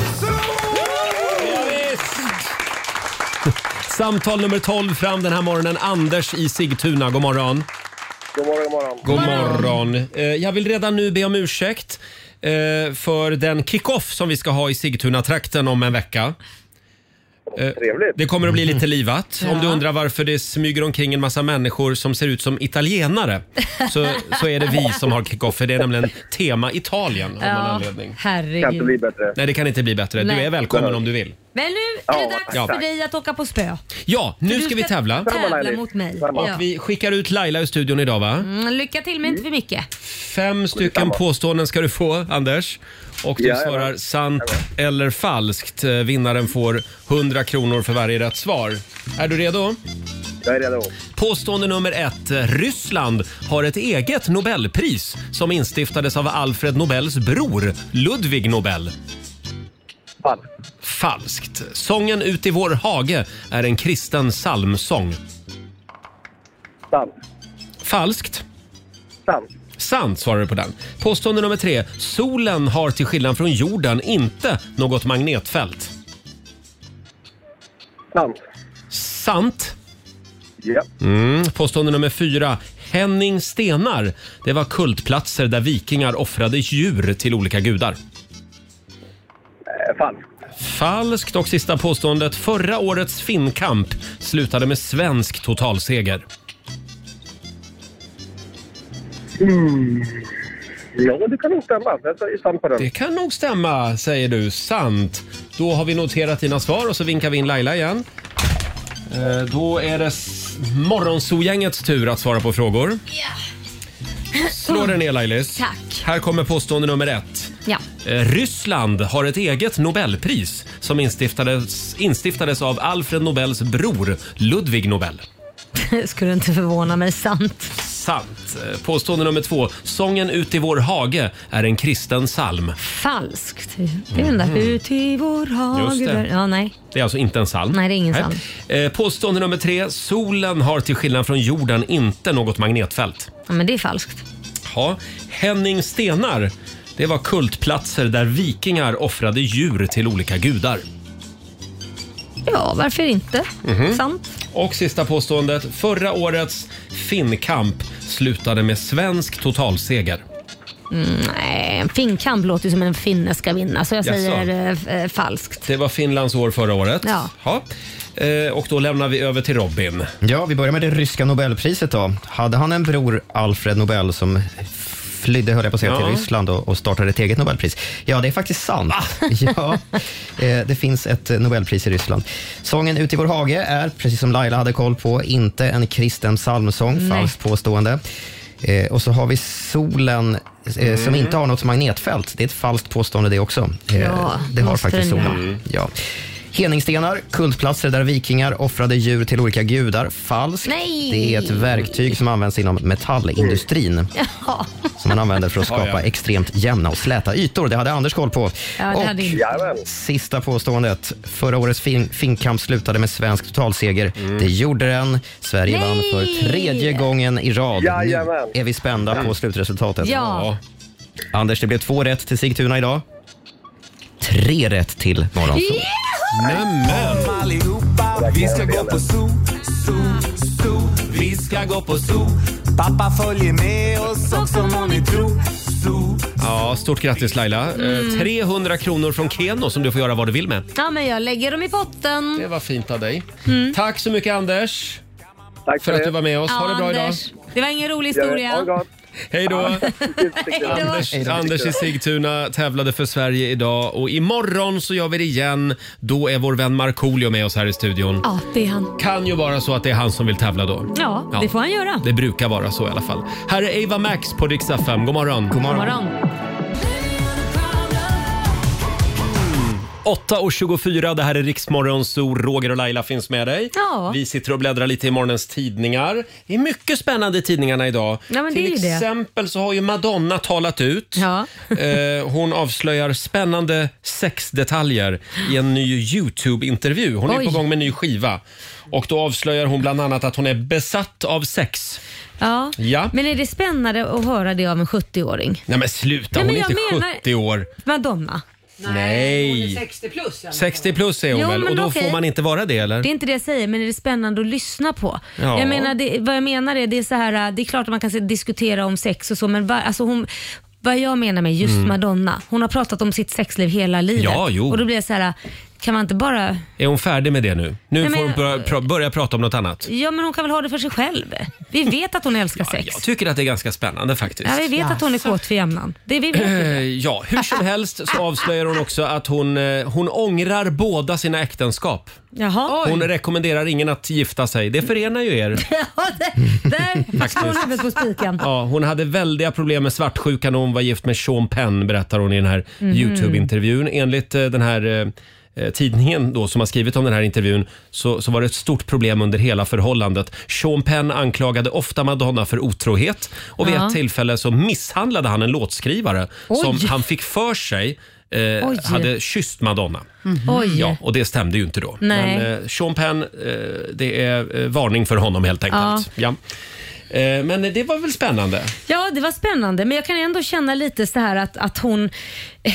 Samtal nummer tolv fram den här morgonen. Anders i Sigtuna, god morgon. God morgon, god morgon. God morgon. Eh, Jag vill redan nu be om ursäkt eh, för den kick-off som vi ska ha i Sigtuna-trakten om en vecka. Eh, Trevligt. Det kommer att bli lite livat. Om du undrar varför det smyger omkring en massa människor som ser ut som italienare, så, så är det vi som har kick-off. För det är nämligen tema Italien av någon Ja, anledning. Kan inte herregud. bli bättre. Nej, det kan inte bli bättre. Du Nej. är välkommen om du vill. Men nu är Ja, det dags ja. för dig att åka på spö. Ja, nu Du ska vi tävla. Tävla mot mig. Och Ja. vi skickar ut Laila i studion idag, va? Mm, lycka till men inte för mycket. Fem stycken påståenden ska du få, Anders. Och du Jajamän. svarar sant eller falskt. Eh, Vinnaren får hundra kronor för varje rätt svar. Är du redo? Jag är redo. Påstående nummer ett. Ryssland har ett eget Nobelpris som instiftades av Alfred Nobels bror, Ludvig Nobel. Falskt. Falskt. Sången Ut i vår hage är en kristen psalmsång. Sant. Falskt. Sant. Sant svarar du på den. Påstående nummer tre. Solen har till skillnad från jorden inte något magnetfält. Sant. Sant. Ja. Mm. Påstående nummer fyra. Henning stenar. Det var kultplatser där vikingar offrade djur till olika gudar. Eh, falskt. Falskt. Och sista påståendet. Förra årets Finnkamp slutade med svensk totalseger. Mm. Ja, det kan nog stämma. Jag säger sant på den. Det kan nog stämma, säger du. Sant. Då har vi noterat dina svar och så vinkar vi in Laila igen. Eh, då är det s- Morgonzoo-gängets tur att svara på frågor. Yeah. Slå den ner, Lailis. Tack. Här kommer påstående nummer ett. Ja. Eh, Ryssland har ett eget Nobelpris som instiftades, instiftades av Alfred Nobels bror, Ludvig Nobel. Skulle inte förvåna mig, sant. Sant. Eh, Påstående nummer två. Sången Ut i vår hage är en kristen psalm. Falskt. Det är den där ut i vår hage. Just det. där- Ja, nej. Det är alltså inte en psalm. Nej, det är ingen psalm. Eh, Påstående nummer tre. Solen har till skillnad från jorden inte något magnetfält. Ja, men det är falskt. Ja. Henning stenar. Det var kultplatser där vikingar offrade djur till olika gudar. Ja, varför inte? Mhm. Sant. Och sista påståendet. Förra årets Finnkamp slutade med svensk totalseger. Mm, nej, en finnkamp låter ju som en finne ska vinna, så jag Jaså? säger eh, eh, falskt. Det var Finlands år förra året. Ja. Ja. Eh, och då lämnar vi över till Robin. Ja, vi börjar med det ryska Nobelpriset då. Hade han en bror, Alfred Nobel, som flydde, höll jag på att säga, Ja. till Ryssland och, och startade ett eget Nobelpris? Ja, det är faktiskt sant. Ja, eh, det finns ett Nobelpris i Ryssland. Sången Ut i vår hage är, precis som Laila hade koll på, inte en kristen psalmsång. Nej. Falskt påstående. Eh, och så har vi solen eh, som inte har något magnetfält. Det är ett falskt påstående det också. Eh, Ja, det har måste faktiskt den solen. göra. Ja. Henningstenar, kultplatser där vikingar offrade djur till olika gudar. Falskt. Nej. Det är ett verktyg som används inom metallindustrin. Ja. Som man använder för att skapa Ja, ja. extremt jämna och släta ytor. Det hade Anders koll på. Ja, det och hade inte. Jajamän. sista påståendet. Förra årets fin- Finnkamp slutade med svensk totalseger. Det gjorde den. Sverige Nej. vann för tredje gången i rad. Jajamän. Nu är vi spända på slutresultatet. Ja. Anders, det blev två rätt till Sigtuna idag. Tre rätt till Morgonzoo. Nämen! Allihopa, vi ska gå på zoo, zoo, zoo. Vi ska gå på zoo. Pappa följer med oss också må ni tro. Zoo. Ja, stort grattis Laila. Mm. Eh, trehundra kronor från Keno som du får göra vad du vill med. Ja, men jag lägger dem i potten. Det var fint av dig. Mm. Tack så mycket Anders Tack för att du var med oss. Ja, Ha det bra idag. Anders, det var ingen rolig Ja, historia. ha det gott. Hej då! Anders, Hej då. Anders i Sigtuna tävlade för Sverige idag och imorgon så gör vi det igen. Då är vår vän Markoolio med oss här i studion. Ja, det är han. Kan ju vara så att det är han som vill tävla då. Ja, Ja. det får han göra. Det brukar vara så i alla fall. Här är Ava Max på Rix F M. God morgon. God morgon. God morgon. åtta och tjugofyra, det här är Riksmorgon, så Roger och Laila finns med dig. Ja. Vi sitter och bläddrar lite i morgonens tidningar. Det är mycket spännande i tidningarna idag. Ja, men det Till är ju det. exempel så har ju Madonna talat ut. Ja. Eh, hon avslöjar spännande sexdetaljer i en ny YouTube-intervju. Hon är Oj. på gång med en ny skiva. Och då avslöjar hon bland annat att hon är besatt av sex. Ja. Ja. Men är det spännande att höra det av en sjuttio-åring? Nej men sluta, Nej, hon men är jag inte menar- sjuttio år. Madonna. Nej. Hon är sextio plus. i alla fall. sextio plus är hon Jo, väl? men Och då okej. får man inte vara det eller? Det är inte det jag säger, men är det spännande att lyssna på? Ja. Jag menar, det, vad jag menar är, det är så här, det är klart att man kan se- diskutera om sex och så, men va, alltså hon, vad jag menar med just Madonna, hon har pratat om sitt sexliv hela livet. Mm. Ja, jo. Och då blir det så här, kan man inte bara... Är hon färdig med det nu? Nu Nej, får men- hon börja, pra- börja prata om något annat. Ja, men hon kan väl ha det för sig själv. Vi vet att hon älskar sex. Jag tycker att det är ganska spännande faktiskt. Ja, vi vet att hon är kåt för jämnan. Det vi vet Eh, ju. Ja, hur som helst så avslöjar hon också att hon, eh, hon ångrar båda sina äktenskap. Jaha. Hon rekommenderar ingen att gifta sig. Det förenar ju er. Ja, där, där slår hon huvudet på spiken. Ja, hon hade väldiga problem med svartsjuka när hon var gift med Sean Penn, berättar hon i den här YouTube-intervjun. Enligt eh, den här eh, tidningen då som har skrivit om den här intervjun så, så var det ett stort problem under hela förhållandet. Sean Penn anklagade ofta Madonna för otrohet och vid Ja. ett tillfälle så misshandlade han en låtskrivare Oj. som han fick för sig eh, hade kysst Madonna. Mm-hmm. Oj. Ja, och det stämde ju inte då. Nej. Men eh, Sean Penn, eh, det är eh, varning för honom helt enkelt. Ja. Eh, men det var väl spännande? Ja, det var spännande. Men jag kan ändå känna lite så här att, att hon... Eh,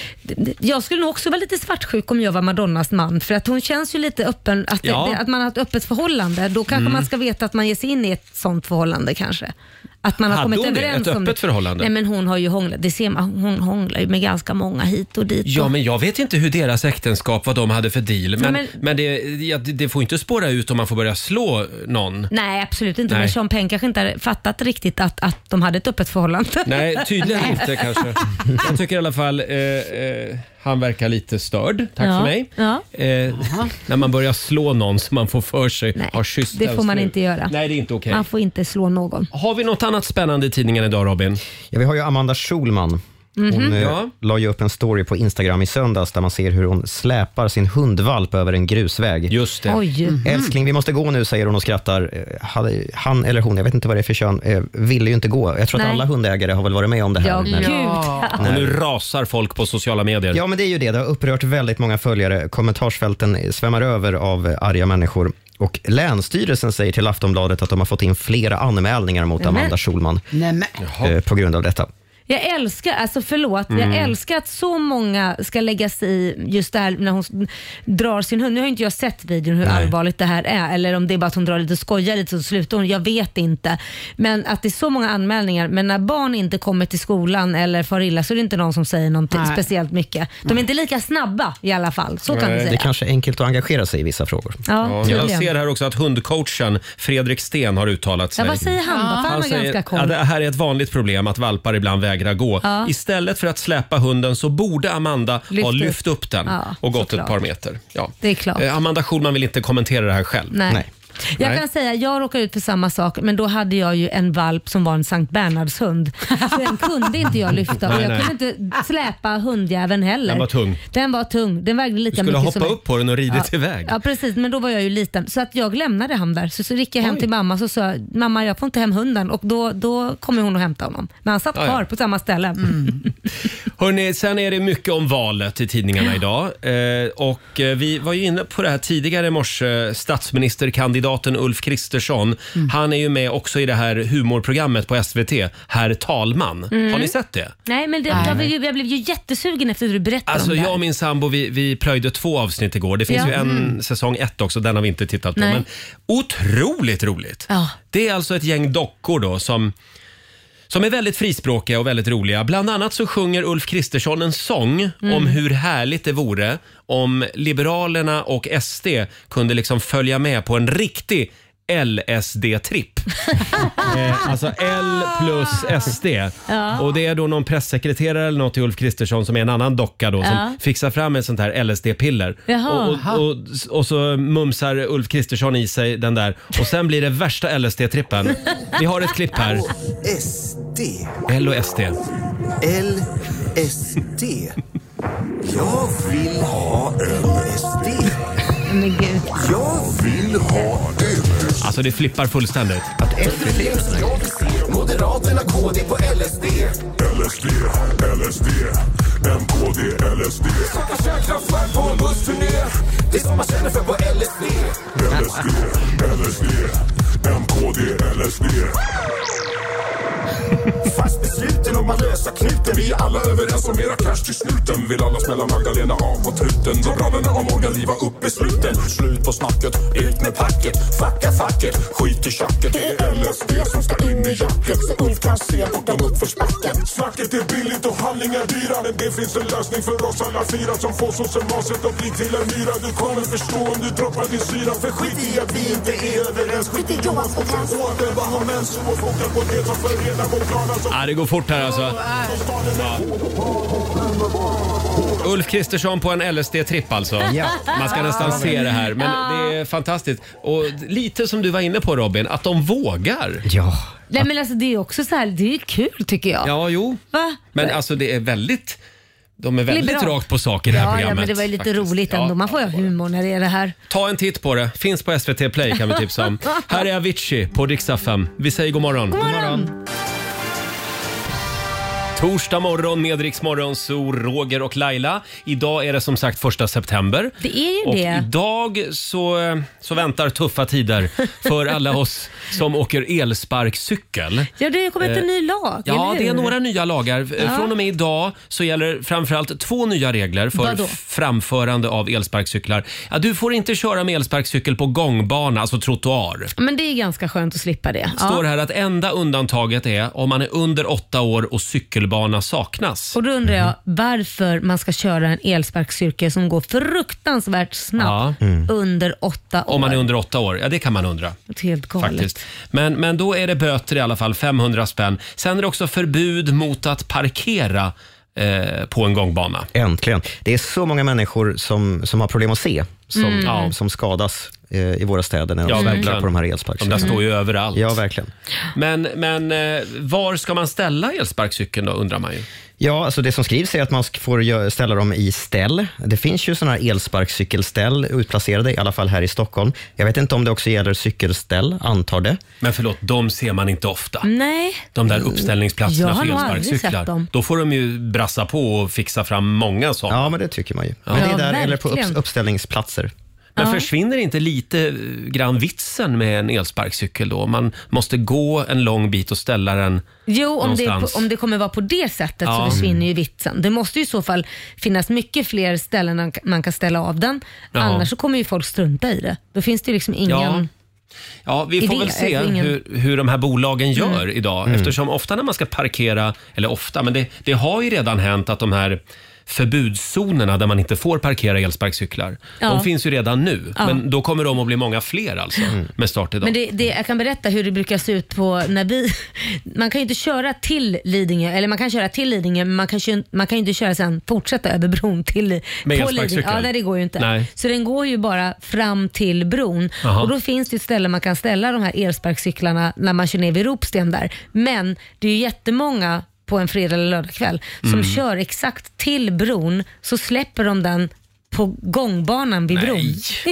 jag skulle nog också vara lite svartsjuk om jag var Madonnas man. För att hon känns ju lite öppen. Att, Ja. det, att man har ett öppet förhållande. Då kanske Mm. man ska veta att man ger sig in i ett sånt förhållande kanske. Att man har Hade kommit hon det? överens Ett om öppet det. förhållande? Nej, men hon har ju hånglat. Det ser man, hon hånglar ju med ganska många hit och dit. Ja, och... men jag vet inte hur deras äktenskap, vad de hade för deal. Men, men- men, det, ja, det det får inte spåra ut om man får börja slå någon. Nej, absolut inte. Nej. Men Sean Penn kanske inte hade fattat riktigt att, att de hade ett öppet förhållande. Nej, tydligen inte kanske. Jag tycker i alla fall eh, eh, han verkar lite störd. Tack Ja, för mig. ja. Eh, när man börjar slå någon som man får för sig Nej, har kysst det ens får man fru. inte göra. Nej, det är inte okej. Man får inte slå någon. Har vi något annat spännande i tidningen idag, Robin? Ja, vi har ju Amanda Schulman. Hon Mhm. eh, Ja. la ju upp en story på Instagram i söndags där man ser hur hon släpar sin hundvalp över en grusväg. Just det. Oj. Mhm. Älskling, vi måste gå nu, säger hon och skrattar. Eh, hade, han eller hon, jag vet inte vad det är för kön, eh, ville ju inte gå. Jag tror Nej. att alla hundägare har väl varit med om det här. Ja, när- gud. Och nu rasar folk på sociala medier. Ja, men det är ju det. Det har upprört väldigt många följare. Kommentarsfälten svämmar över av eh, arga människor. Och Länsstyrelsen säger till Aftonbladet att de har fått in flera anmälningar mot Nämen. Amanda Schulman Nej, men. eh, på grund av detta. Jag älskar, alltså förlåt, Mm. jag älskar att så många ska lägga sig i just det här när hon drar sin hund. Nu har inte jag sett videon hur Nej. allvarligt det här är, eller om det är bara att hon drar lite och skojar lite så slutar hon, jag vet inte. Men att det är så många anmälningar, men när barn inte kommer till skolan eller far illa så är det inte någon som säger någonting Nej. speciellt mycket. De är inte lika snabba i alla fall, så kan Nej. vi Det säga. är kanske är enkelt att engagera sig i vissa frågor. Ja, Ja, jag tydligen. ser här också att hundcoachen Fredrik Sten har uttalat sig. Ja, vad säger han då? För han, Han har säger ganska att koll. det här är ett vanligt problem att valpar ibland vägrar gå. Ja. Istället för att släpa hunden så borde Amanda Lyft ha upp. lyft upp den Ja, och gått såklart. ett par meter. Ja. Det är klart. Eh, Amanda Schulman vill inte kommentera det här själv. Nej. Nej. Jag Nej. kan säga jag råkade ut för samma sak, men då hade jag ju en valp som var en Sankt Bernhards hund. Så den kunde inte jag lyfta och Nej, jag nej. kunde inte släpa hundjäveln heller. Den var tung. Den var tung. Den vägde Du lika skulle mycket hoppa som mig. upp på den och ridit Ja. iväg. Ja precis, men då var jag ju liten. Så att jag lämnade han där. Så, så gick jag hem Oj. till mamma och sa jag, mamma jag får inte hem hunden. Och då, då kommer hon och hämta honom. Men han satt Ja, ja. kvar på samma ställe. Hörrni, sen är det mycket om valet i tidningarna idag. Eh, och eh, vi var ju inne på det här tidigare i morse. Statsministerkandidaten Ulf Kristersson. Han är ju med också i det här humorprogrammet på S V T, Herr talman. Har ni sett det? Nej men det, jag, blev ju, jag blev ju jättesugen efter att du berättade Alltså om det jag här. och min sambo vi, vi plöjde två avsnitt igår. Det finns Ja. ju en säsong ett också, den har vi inte tittat på. Nej. Men otroligt roligt. Ja. Det är alltså ett gäng dockor då som, som är väldigt frispråkiga och väldigt roliga. Bland annat så sjunger Ulf Kristersson en sång Mm. om hur härligt det vore om Liberalerna och S D kunde liksom följa med på en riktig L S D-tripp. eh, alltså L plus S D. Ja. Och det är då någon pressekreterare eller något till Ulf Kristersson som är en annan docka då, Ja. som fixar fram ett sånt här L S D-piller. Jaha. Och, och, och, och så mumsar Ulf Kristersson i sig den där. Och sen blir det värsta L S D-trippen. Vi har ett klipp här. S D. L och S D. L S D. Jag vill ha L S D. Men gud. Jag vill ha L S D. Alltså det flippar fullständigt. Att S V T Moderaterna K D på L S D. L S D, L S D, M K D, L S D. Skaka kärnkraftverk på en bussturné. Det är som man känner för på L S D. L S D, L S D, M K D, L S D. Fast besluten om att lösa knuten. Vi är alla överens om era cash till snuten. Vill alla smälla Magdalena av på truten. Då brallorna om Morgan liva upp besluten. Slut på snacket, ut med packet. Fucka facket, skit i tjacket. Det är L S D som ska in i jacket. Så Ulf kan se bortom uppförsbacken. Snacket är billigt och handlingar dyra. Men det finns en lösning för oss alla fyra. Som får såsen maset och blir till en myra. Du kommer förstå om du droppar din syra. För skit i att vi inte är överens. Skit i Johans potens. Och att Ebba har mens. Och foka på det som förena på planen. Ja, det går fort här alltså. Ja. Ulf Kristersson på en L S D-tripp alltså. Ja. Man ska nästan se det här. Men det är fantastiskt. Och lite som du var inne på Robin, att de vågar. Ja. Nej men alltså det är också så här, det är kul tycker jag. Ja, jo. Va? Men alltså det är väldigt De är väldigt Liberal. rakt på sak i det här ja, programmet. Ja, men det var ju lite faktiskt. roligt ändå. Ja. Man får ju ha humor när det är det här. Ta en titt på det. Finns på S V T Play kan vi tipsa om. Här är Avicii på Rix F M. Vi säger god morgon. God morgon. Torsdag morgon med Rix Morgon, så Roger och Laila. Idag är det som sagt första september. Det är ju och det. idag så, så väntar tuffa tider för alla oss som åker elsparkcykel. Ja, det har kommit en ny lag. Ja, eller det är hur? några nya lagar. Ja. Från och med idag så gäller framförallt två nya regler för Vadå? framförande av elsparkcyklar. Ja, du får inte köra med elsparkcykel på gångbana, alltså trottoar. Men det är ganska skönt att slippa det. Står Ja. här att enda undantaget är om man är under åtta år och cykelbana saknas. Och då undrar jag varför man ska köra en elsparkcykel som går fruktansvärt snabbt Ja. Mm. under åtta år. Om man är under åtta år, ja det kan man undra. Det är helt galet. Faktiskt. Men, men då är det böter i alla fall, femhundra spänn. Sen är det också förbud mot att parkera eh, på en gångbana. Äntligen. Det är så många människor som, som har problem att se, som, Mm. Ja. som skadas eh, i våra städer när de Ja, cyklar verkligen. på de här De elsparkcyklarna. där står ju överallt. Ja, verkligen. Men, men eh, var ska man ställa elsparkcykeln då, undrar man ju. Ja, alltså det som skrivs är att man sk- får gö- ställa dem i ställ. Det finns ju sådana här elsparkcykelställ utplacerade, i alla fall här i Stockholm. Jag vet inte om det också gäller cykelställ, antar det. Men förlåt, de ser man inte ofta. Nej. De där uppställningsplatserna Jag har för nog aldrig elsparkcyklar. sett dem. Då får de ju brassa på och fixa fram många sådana. Ja, men det tycker man ju. Ja. Men det är Ja, där, eller på verkligen. upp- uppställningsplatser. Men Ja. försvinner inte lite grann vitsen med en elsparkcykel då? Man måste gå en lång bit och ställa den Jo, om det, är någonstans. på, om det kommer vara på det sättet Ja. så försvinner ju vitsen. Det måste ju i så fall finnas mycket fler ställen man- man kan ställa av den. Ja. Annars så kommer ju folk strunta i det. Då finns det ju liksom ingen... Ja. Ja, vi får Idé, väl se alltså ingen- hur, hur de här bolagen gör Mm. idag. Eftersom ofta när man ska parkera, eller ofta, men det, det har ju redan hänt att de här förbudszonerna där man inte får parkera elsparkcyklar, Ja. de finns ju redan nu. Ja. Men då kommer de att bli många fler alltså med start idag. Men det, det, jag kan berätta hur det brukar se ut på när vi... Man kan ju inte köra till Lidingö, eller man kan köra till Lidingö, men man kan, ju- man kan ju inte köra sen fortsätta över bron till Med på Lidingö. elsparkcykeln? Ja, nej, det går ju inte. Nej. Så den går ju bara fram till bron. Aha. Och då finns det ett ställe man kan ställa de här elsparkcyklarna när man kör ner vid Ropsten där. Men det är ju jättemånga på en fredag eller lördagkväll som Mm. kör exakt till bron, så släpper de den på gångbanan vid Nej. bron.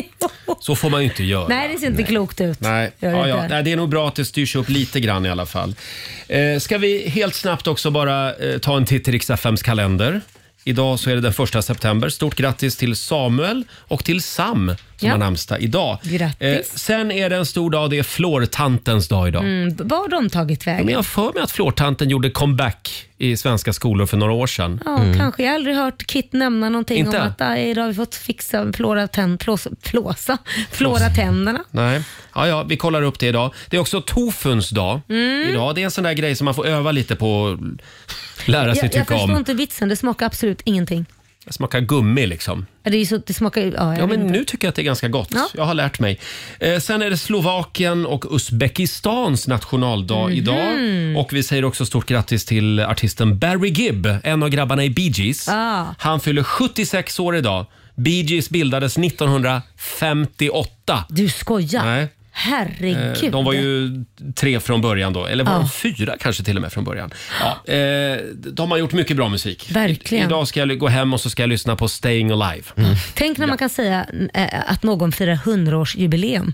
Så får man ju inte göra. Nej, det ser inte klokt ut. Nej, Gör det ja, ja. inte. Nej, det är nog bra att det styrs upp lite grann i alla fall. Eh, ska vi helt snabbt också bara eh, ta en titt i Rix F M:s kalender. Idag så är det den första september. Stort grattis till Samuel och till Sam som Ja. har namnsdag idag. Grattis. sen är det en stor dag, det är flårtantens dag idag. Mm, vad har de tagit vägen? Men jag har för mig att flårtanten gjorde comeback i svenska skolor för några år sedan. Ja, kanske. Jag har aldrig hört Kit nämna någonting Inte? om att "Aj, idag har vi fått fixa flåra tänd, flåsa, flåsa, flåra tänderna. Nej. Ja, ja, vi kollar upp det idag. Det är också tofuns dag Mm. idag. Det är en sån där grej som man får öva lite på att lära sig Jag, jag tycka förstår om. inte vitsen, det smakar absolut ingenting. Det smakar gummi liksom. Ja, Det, är ju så, det smakar ju... Ja, jag Ja, vet men inte. nu tycker jag att det är ganska gott. Ja. Jag har lärt mig. Eh, sen är det Slovakien och Uzbekistans nationaldag Mhm. idag. Och vi säger också stort grattis till artisten Barry Gibb, en av grabbarna i Bee Gees. Ah. Han fyller sjuttiosex år idag. Bee Gees bildades nittonhundrafemtioåtta. Du skojar? Nej. Herregud. Eh, De var ju tre från början då, eller var Ja. de fyra kanske till och med från början. Ja, eh, de har gjort mycket bra musik. Verkligen. I, idag ska jag gå hem och så ska jag lyssna på Staying Alive. Tänk när man kan säga äh, att någon firar hundraårsjubileum.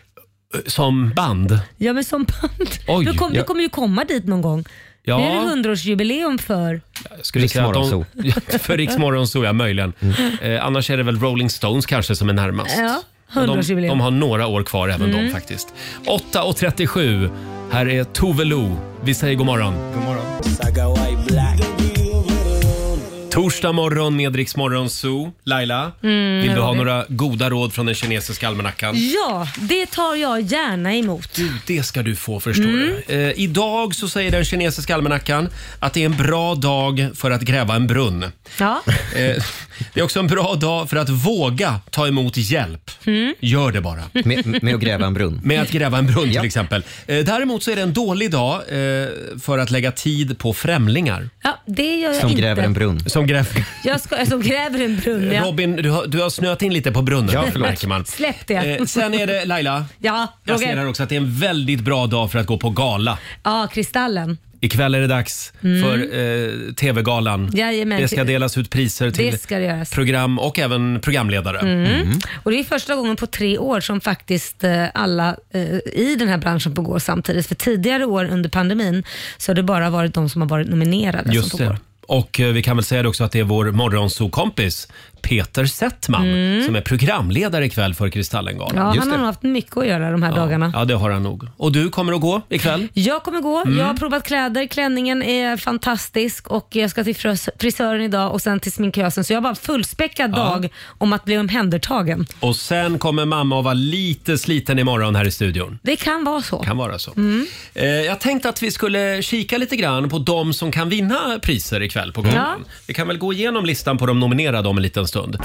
Som band. Ja, men som band. Oj, du, kom, ja. du kommer ju komma dit någon gång. Ja. Nu är det hundraårsjubileum för... Jag skulle säga att de, Riksmorgonzoo. Ja, för Riksmorgonzoo, ja möjligen. Eh, annars är det väl Rolling Stones kanske som är närmast. Ja, Men de, hundraårsjubileum. de har några år kvar även Mm. de faktiskt. åtta och trettiosju. Här är Tove Lo. Vi säger god morgon. God morgon. Torsdag morgon med Rix Morgonzoo. Laila, Mm, vill du ha Roger. några goda råd från den kinesiska almanackan? Ja, det tar jag gärna emot. Du, det ska du få förstår Mm. du. Eh, idag så säger den kinesiska almanackan att det är en bra dag för att gräva en brunn. Ja. Eh, det är också en bra dag för att våga ta emot hjälp. Mm. Gör det bara. Med, med att gräva en brunn. Med att gräva en brunn Ja. till exempel. Eh, däremot så är det en dålig dag eh, för att lägga tid på främlingar. Ja, det gör jag Som inte. gräver en brunn. Som gräver... Jag ska, som gräver en brunn, ja. Robin, du har, du har snöat in lite på brunnen. Ja, det förlåt. märker man. Släpp det. Eh, sen är det Laila. Ja, Jag ser Roger. här också att det är en väldigt bra dag för att gå på gala. Ja, Kristallen. Ikväll är det dags Mm. för eh, T V-galan. Jajamän. Det ska delas ut priser till Det ska det göras. program och även programledare. Mm. Och det är första gången på tre år som faktiskt eh, alla eh, i den här branschen får gå samtidigt. För tidigare år under pandemin så har det bara varit de som har varit nominerade Just som får det. gå. Och eh, vi kan väl säga också att det är vår morgonsokompis Peter Settman Mm. som är programledare ikväll för Kristallengalan. Ja, Just han har det. nog haft mycket att göra de här dagarna. Ja, det har han nog. Och du kommer att gå ikväll? Jag kommer gå. Mm. Jag har provat kläder. Klänningen är fantastisk och jag ska till fris- frisören idag och sen till sminkösen. Så jag har bara fullspäckad Ja. dag om att bli omhändertagen. Och sen kommer mamma att vara lite sliten imorgon här i studion. Det kan vara så. Kan vara så. Mm. Eh, jag tänkte att vi skulle kika lite grann på de som kan vinna priser ikväll på galan. Ja. Vi kan väl gå igenom listan på de nominerade om en liten stund.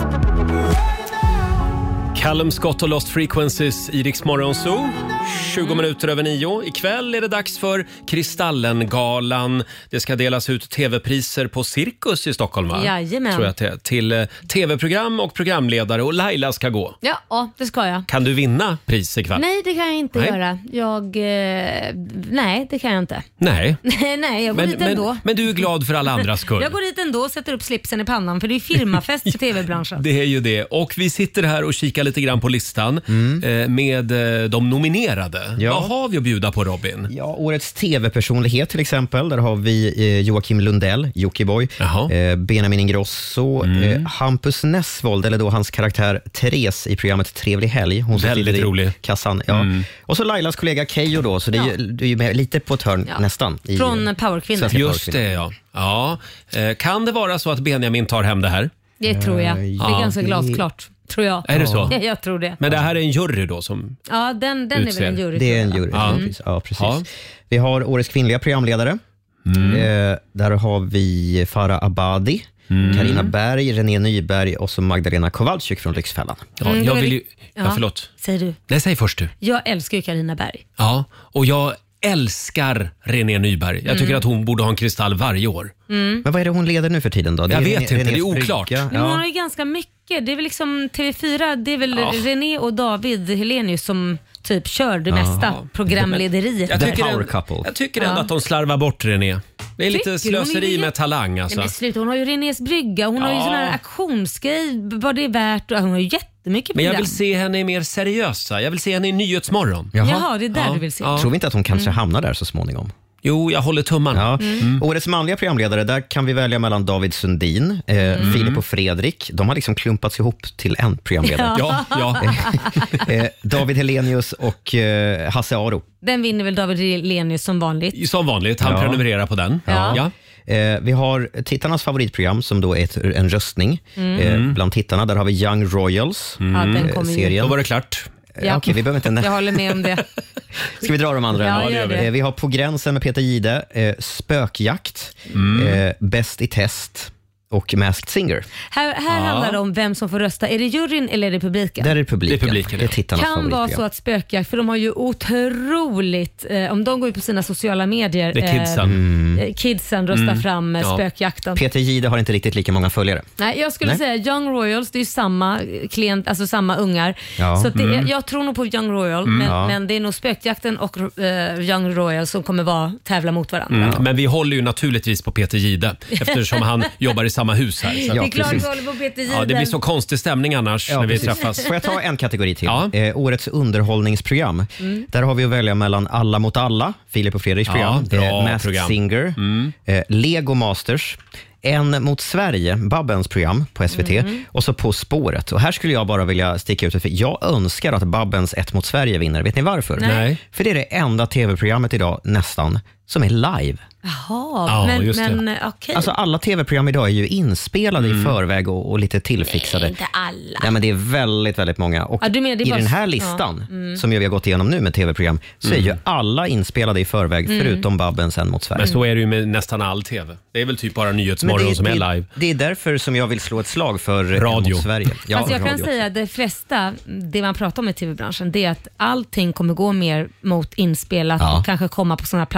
Callum Scott och Lost Frequencies i Rix Morgon Zoo. tjugo minuter över nio. Ikväll är det dags för Kristallengalan. Det ska delas ut tv-priser på Cirkus i Stockholm, va? Jajamän. Tror jag att det är. Till eh, tv-program och programledare. Och Laila ska gå. Ja, ja, det ska jag. Kan du vinna pris ikväll? Nej, det kan jag inte Nej. göra. Jag... Eh, nej, det kan jag inte. Nej. nej, jag går Men, dit men, ändå. men du är glad för alla andras skull. Jag går dit ändå och sätter upp slipsen i pannan för det är firmafest för tv-branschen. Det är ju det. Och vi sitter här och kikar lite grann på listan eh, med eh, de nominerade. Ja. Vad har vi att bjuda på, Robin? Ja, årets tv-personlighet till exempel. Där har vi eh, Joakim Lundell, Jockiboi, eh, Benjamin Ingrosso, eh, Hampus Nessvold, eller då hans karaktär Therese i programmet Trevlig helg. Hon som Väldigt sitter i rolig. kassan. Ja. Mm. Och så Lailas kollega Keyyo då, så det är ju, det är ju med, lite på ett hörn Ja. nästan. I, Från Powerkvinnor. Svenska Just Powerkvinnor. det, ja. ja. Eh, kan det vara så att Benjamin tar hem det här? Det tror jag. Det är Ja. ganska glasklart. Tror jag. Är det så? Ja, jag tror det. Men det här är en jury då som... Ja, den, den är Utser. väl en jury. Det är en tror jag. jury. Ja. Ja. Precis. Ja, precis. Ja. Vi har årets kvinnliga programledare. Mm. Eh, där har vi Farah Abadi, Mm. Carina Berg, René Nyberg och så Magdalena Kowalczyk från Lyxfällan. Ja, Mm, jag då är vill vi- ju... Ja, Ja. förlåt. Säg du. Nej, säg först du. Jag älskar ju Carina Berg. Ja, och jag älskar René Nyberg. Jag tycker Mm. att hon borde ha en kristall varje år. Mm. Men vad är det hon leder nu för tiden då? Det Jag är vet René- inte, det är Renés oklart. brygga. Men hon Ja. har ju ganska mycket. Det är väl liksom T V fyra, det är väl Ja. René och David Helenius som typ kör det mesta programlederiet. Jag The tycker, power en, couple. jag tycker ändå Ja. att de slarvar bort René. Det är lite Tycker du? Hon är slöseri ju med jätte- talang Nej, alltså. men sluta, hon har ju Renés brygga, hon har ju Ja. sån här aktionsgrej, vad det är värt. Och hon har ju jättemycket Men jag program. vill se henne mer seriösa. Jag vill se henne i Nyhetsmorgon. Jaha, det är där Ja. du vill se. Ja. Tror vi inte att hon kanske Mm. hamnar där så småningom? Jo, jag håller tummarna. Ja. Mm. Årets manliga programledare, där kan vi välja mellan David Sundin, eh, Mm. Filip och Fredrik. De har liksom klumpats ihop till en programledare. Ja, ja. eh, David Helenius och eh, Hasse Aro. Den vinner väl David Helenius som vanligt. Som vanligt, han Ja. prenumererar på den. Ja. Ja. Eh, vi har tittarnas favoritprogram som då är ett, en röstning Mm. eh, bland tittarna. Där har vi Young Royals, Ja, den eh, kommer ju. serien. Då var det klart. Ja, okej, vi behöver inte... Jag håller med om det. Ska vi dra de andra? Ja, gör det. Eh, vi har På gränsen med Peter Jihde, eh, Spökjakt, Mm. eh, Bäst i test och Masked Singer. Här, här Ja. handlar det om vem som får rösta. Är det juryn eller är det publiken? Där är publiken. Det är publiken, Det är ja. tittarnas Kan vara favoritprogram. så att Spökjakt, för de har ju otroligt, eh, om de går ut på sina sociala medier, Det är kidsen. Mm. eh, kidsen röstar Mm. fram eh, Ja. Spökjakten. Peter Jihde har inte riktigt lika många följare. Nej, jag skulle Nej. säga Young Royals, det är ju samma klient, alltså samma ungar. Ja. Så att det, Mm. jag tror nog på Young Royal, men, Ja. men det är nog Spökjakten och eh, Young Royal som kommer vara, tävla mot varandra. Mm. Men vi håller ju naturligtvis på Peter Jihde eftersom han jobbar i samma hus här. Så Ja, det är klart precis. vi håller på Peter Jihde. ja, det blir så konstig stämning annars Ja, när vi precis. träffas. Får jag ta en kategori till? Ja. Eh, årets underhållningsprogram. Mm. Där har vi att välja mellan Alla mot alla, Filip och Fredriks Ja, program. bra eh, Masked program. Singer, Mm. eh, Lego Masters, En mot Sverige, Babbens program på S V T, Mm. och så På spåret. Och här skulle jag bara vilja sticka ut, för jag önskar att Babbens Ett mot Sverige vinner. Vet ni varför? Nej. För det är det enda tv-programmet idag nästan som är live. Jaha, Ja, men, just det. men eh, okej. Alltså alla tv-program idag är ju inspelade Mm. i förväg och, och lite tillfixade. Inte alla. Ja, men det är väldigt, väldigt många. Och Ja, du menar, det är i bara- den här ja, listan, mm. som vi har gått igenom nu med tv-program, så är Mm. ju alla inspelade i förväg, Mm. förutom Babben Sen mot Sverige. Men så är det ju med nästan all tv. Det är väl typ bara Nyhetsmorgon det, som är det, live. det är därför som jag vill slå ett slag för En Radio. mot Sverige. Ja, Alltså jag kan radio. säga att det flesta, det man pratar om i tv-branschen, det är att allting kommer gå mer mot inspelat Ja. och kanske komma på sådana plattformar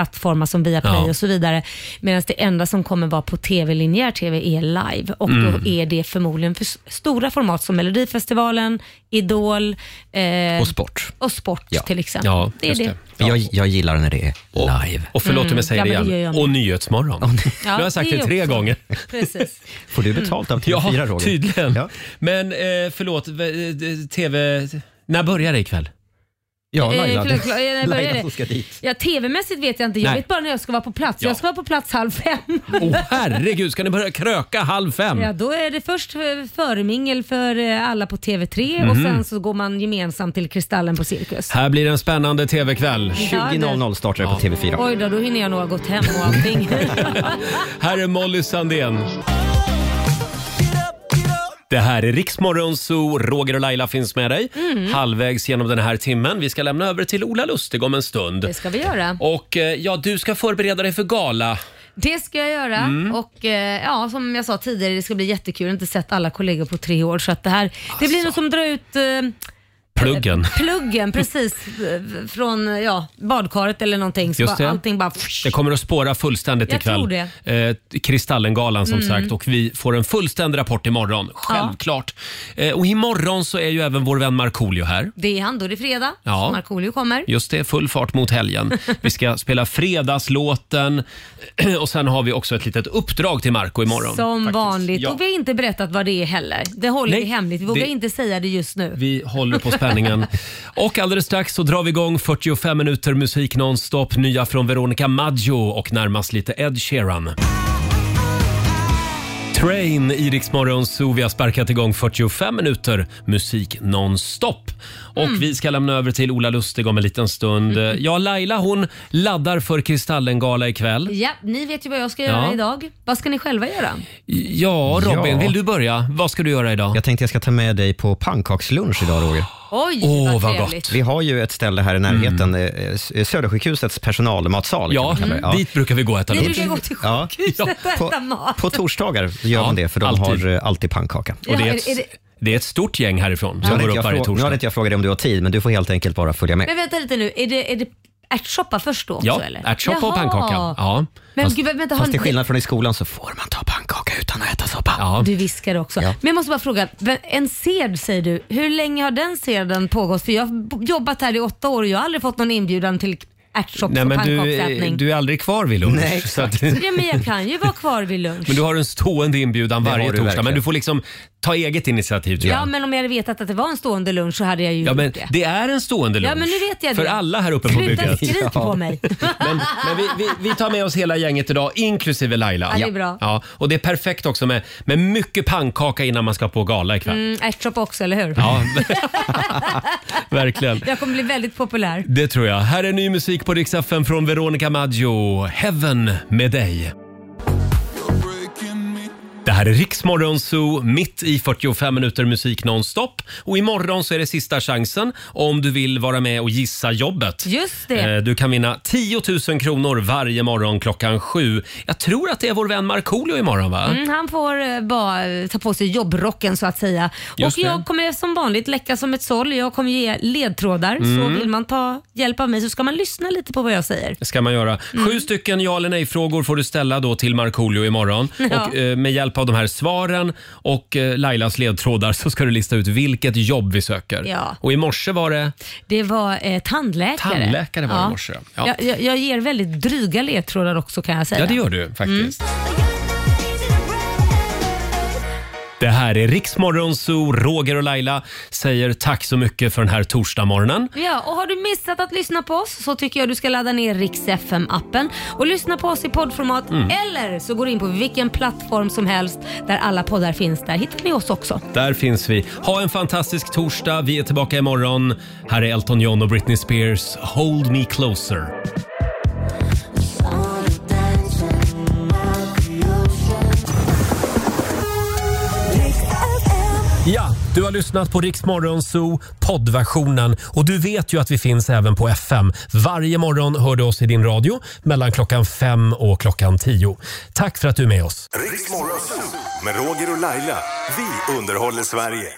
samma som Viaplay Ja. och så vidare. Medan det enda som kommer vara på tv, linjär tv, är live. Och Mm. då är det förmodligen för s- stora format som Melodifestivalen, Idol eh, Och sport. och sport Ja. till exempel. Ja, det är just det. det. Jag, jag gillar när det är live. Och förlåt om jag säger Mm. Ja, det men det igen. gör jag med. Och Nyhetsmorgon. Ja, nu har jag sagt det det tre också. gånger. Precis. Får du betalt av T V fyra, Ja, Roger? tydligen. Ja. Men eh, förlåt, v- eh, tv... När börjar det ikväll? Ja, Eh, Laila. klar- klar- när börjar Laila det? som ska dit. Ja, tv-mässigt vet jag inte. Jag Nej. vet bara när jag ska vara på plats. Ja. Jag ska vara på plats halv fem. Åh herregud, ska ni börja kröka halv fem? Ja, då är det först eh, föremingel för eh, alla på T V tre Mhm. och sen så går man gemensamt till Kristallen på Cirkus. Här blir det en spännande tv-kväll. tjugo noll noll startar det på T V fyra. Oj då, då hinner jag nog ha gått hem och allting. Här är Molly Sandén. Det här är Riksmorgon Zoo. Roger och Laila finns med dig. Mm. Halvvägs genom den här timmen. Vi ska lämna över till Ola Lustig om en stund. Det ska vi göra. Och eh, ja, du ska förbereda dig för gala. Det ska jag göra Mm. och eh, ja, som jag sa tidigare, det ska bli jättekul. Jag har inte sett alla kollegor på tre år så att det här, det blir nog som dra ut eh, Pluggen. pluggen precis eh, från ja, badkaret eller någonting. Så Just bara, det. allting bara... Det kommer att spåra fullständigt Jag ikväll. tror det. Eh, Kristallengalan som Mm. sagt och vi får en fullständig rapport imorgon. Självklart. Eh, och imorgon så är ju även vår vän Markoolio här. Det är han, då är det fredag. Ja. Så Markoolio kommer. Just det, full fart mot helgen. Vi ska spela fredagslåten och sen har vi också ett litet uppdrag till Marco imorgon. Som faktiskt. vanligt. Ja. Och vi har inte berättat vad det är heller. Det håller Nej, vi hemligt. Vi vågar det- inte säga det just nu. Vi håller på spänningen. Och alldeles strax så drar vi igång fyrtiofem minuter musik nonstop. Nya från Veronica Maggio och närmast lite Ed Sheeran. Train i Rix Morgon Zoo. Vi har sparkat igång fyrtiofem minuter musik nonstop. Och Mm. vi ska lämna över till Ola Lustig om en liten stund. Ja, Laila hon laddar för Kristallengala ikväll. Ja, ni vet ju vad jag ska göra Ja. idag. Vad ska ni själva göra? Ja, Robin, Ja. vill du börja? Vad ska du göra idag? Jag tänkte jag ska ta med dig på pannkakslunch idag, Roger. Oj, Åh, vad vad trevligt. Vi har ju ett ställe här i närheten, eh, Södersjukhusets personalmatsal. Ja, kan man kalla det. dit brukar vi gå och äta Ni lunch. brukar gå till Ja. sjukhuset och äta mat. På torsdagar gör Ja, man det, för de alltid. har eh, alltid pannkaka. Och det, är Ja, ett, är det- det är ett stort gäng härifrån Nu som hade går inte upp jag varje frå- nu torsdag. hade inte jag frågat dig om du har tid, men du får helt enkelt bara följa med. Men vänta lite nu, är det, är det ärtsoppa först då också Ja, eller? ärtsoppa och Jaha. pannkaka. Ja. Men Fast, gud, vänta, har fast till ni- skillnad från i skolan så får man ta pannkaka utan att äta soppa. Ja. Du viskar också. Ja. Men jag måste bara fråga, en sed säger du, hur länge har den seden pågått? För jag har jobbat här i åtta år och jag har aldrig fått någon inbjudan till ärtsoppa Nej, och men du, pannkaksätning. du är aldrig kvar vid lunch. Nej, så att, Ja, men jag kan ju vara kvar vid lunch. men du har en stående inbjudan Det har varje du torsdag. verkligen. Men du får liksom ta eget initiativ tror jag. Ja, men om jag hade vetat att det var en stående lunch så hade jag ju Ja, men gjort det. det är en stående lunch. Ja, men nu vet jag för det. alla här uppe på Sluta bygget. skrik på mig. Men, men vi, vi, vi tar med oss hela gänget idag, inklusive Laila. Ja, det är bra. Ja, och det är perfekt också med, med mycket pannkaka innan man ska på gala ikväll. Mm, ärtsoppa också, eller hur? Ja, verkligen. Jag kommer bli väldigt populär. Det tror jag. Här är ny musik på Rix F M från Veronica Maggio. Heaven med dig. Det här är Riksmorgon Zoo, mitt i fyrtiofem minuter musik nonstop. Och imorgon så är det sista chansen om du vill vara med och gissa jobbet. Just det. Eh, Du kan vinna tio tusen kronor varje morgon klockan sju. Jag tror att det är vår vän Markoolio imorgon, va? Mm, han får eh, bara eh, ta på sig jobbrocken så att säga. Just och det. jag kommer som vanligt läcka som ett såll. Jag kommer ge ledtrådar. Så Mm. vill man ta hjälp av mig så ska man lyssna lite på vad jag säger. Det ska man göra. Mm. Sju stycken ja eller nej-frågor får du ställa då till Markoolio imorgon. Ja. Och eh, med hjälp av de här svaren och eh, Lailas ledtrådar så ska du lista ut vilket jobb vi söker. Ja. Och i morse var det... Det var eh, tandläkare. Tandläkare var det i morse, ja. Jag, jag, jag ger väldigt dryga ledtrådar också kan jag säga. Ja, det gör du faktiskt. Mm. Det här är Riksmorgon Zoo. Roger och Laila säger tack så mycket för den här torsdagsmorgonen. Ja, och har du missat att lyssna på oss så tycker jag du ska ladda ner Rix F M-appen och lyssna på oss i poddformat. Mm. Eller så går du in på vilken plattform som helst där alla poddar finns. Där hittar ni oss också. Där finns vi. Ha en fantastisk torsdag. Vi är tillbaka imorgon. Här är Elton John och Britney Spears. Hold me closer. Ja, du har lyssnat på Rix Morgon Zoo poddversionen och du vet ju att vi finns även på F M. Varje morgon hör du oss i din radio mellan klockan fem och klockan tio. Tack för att du är med oss. Rix Morgon Zoo med Roger och Laila. Vi underhåller Sverige.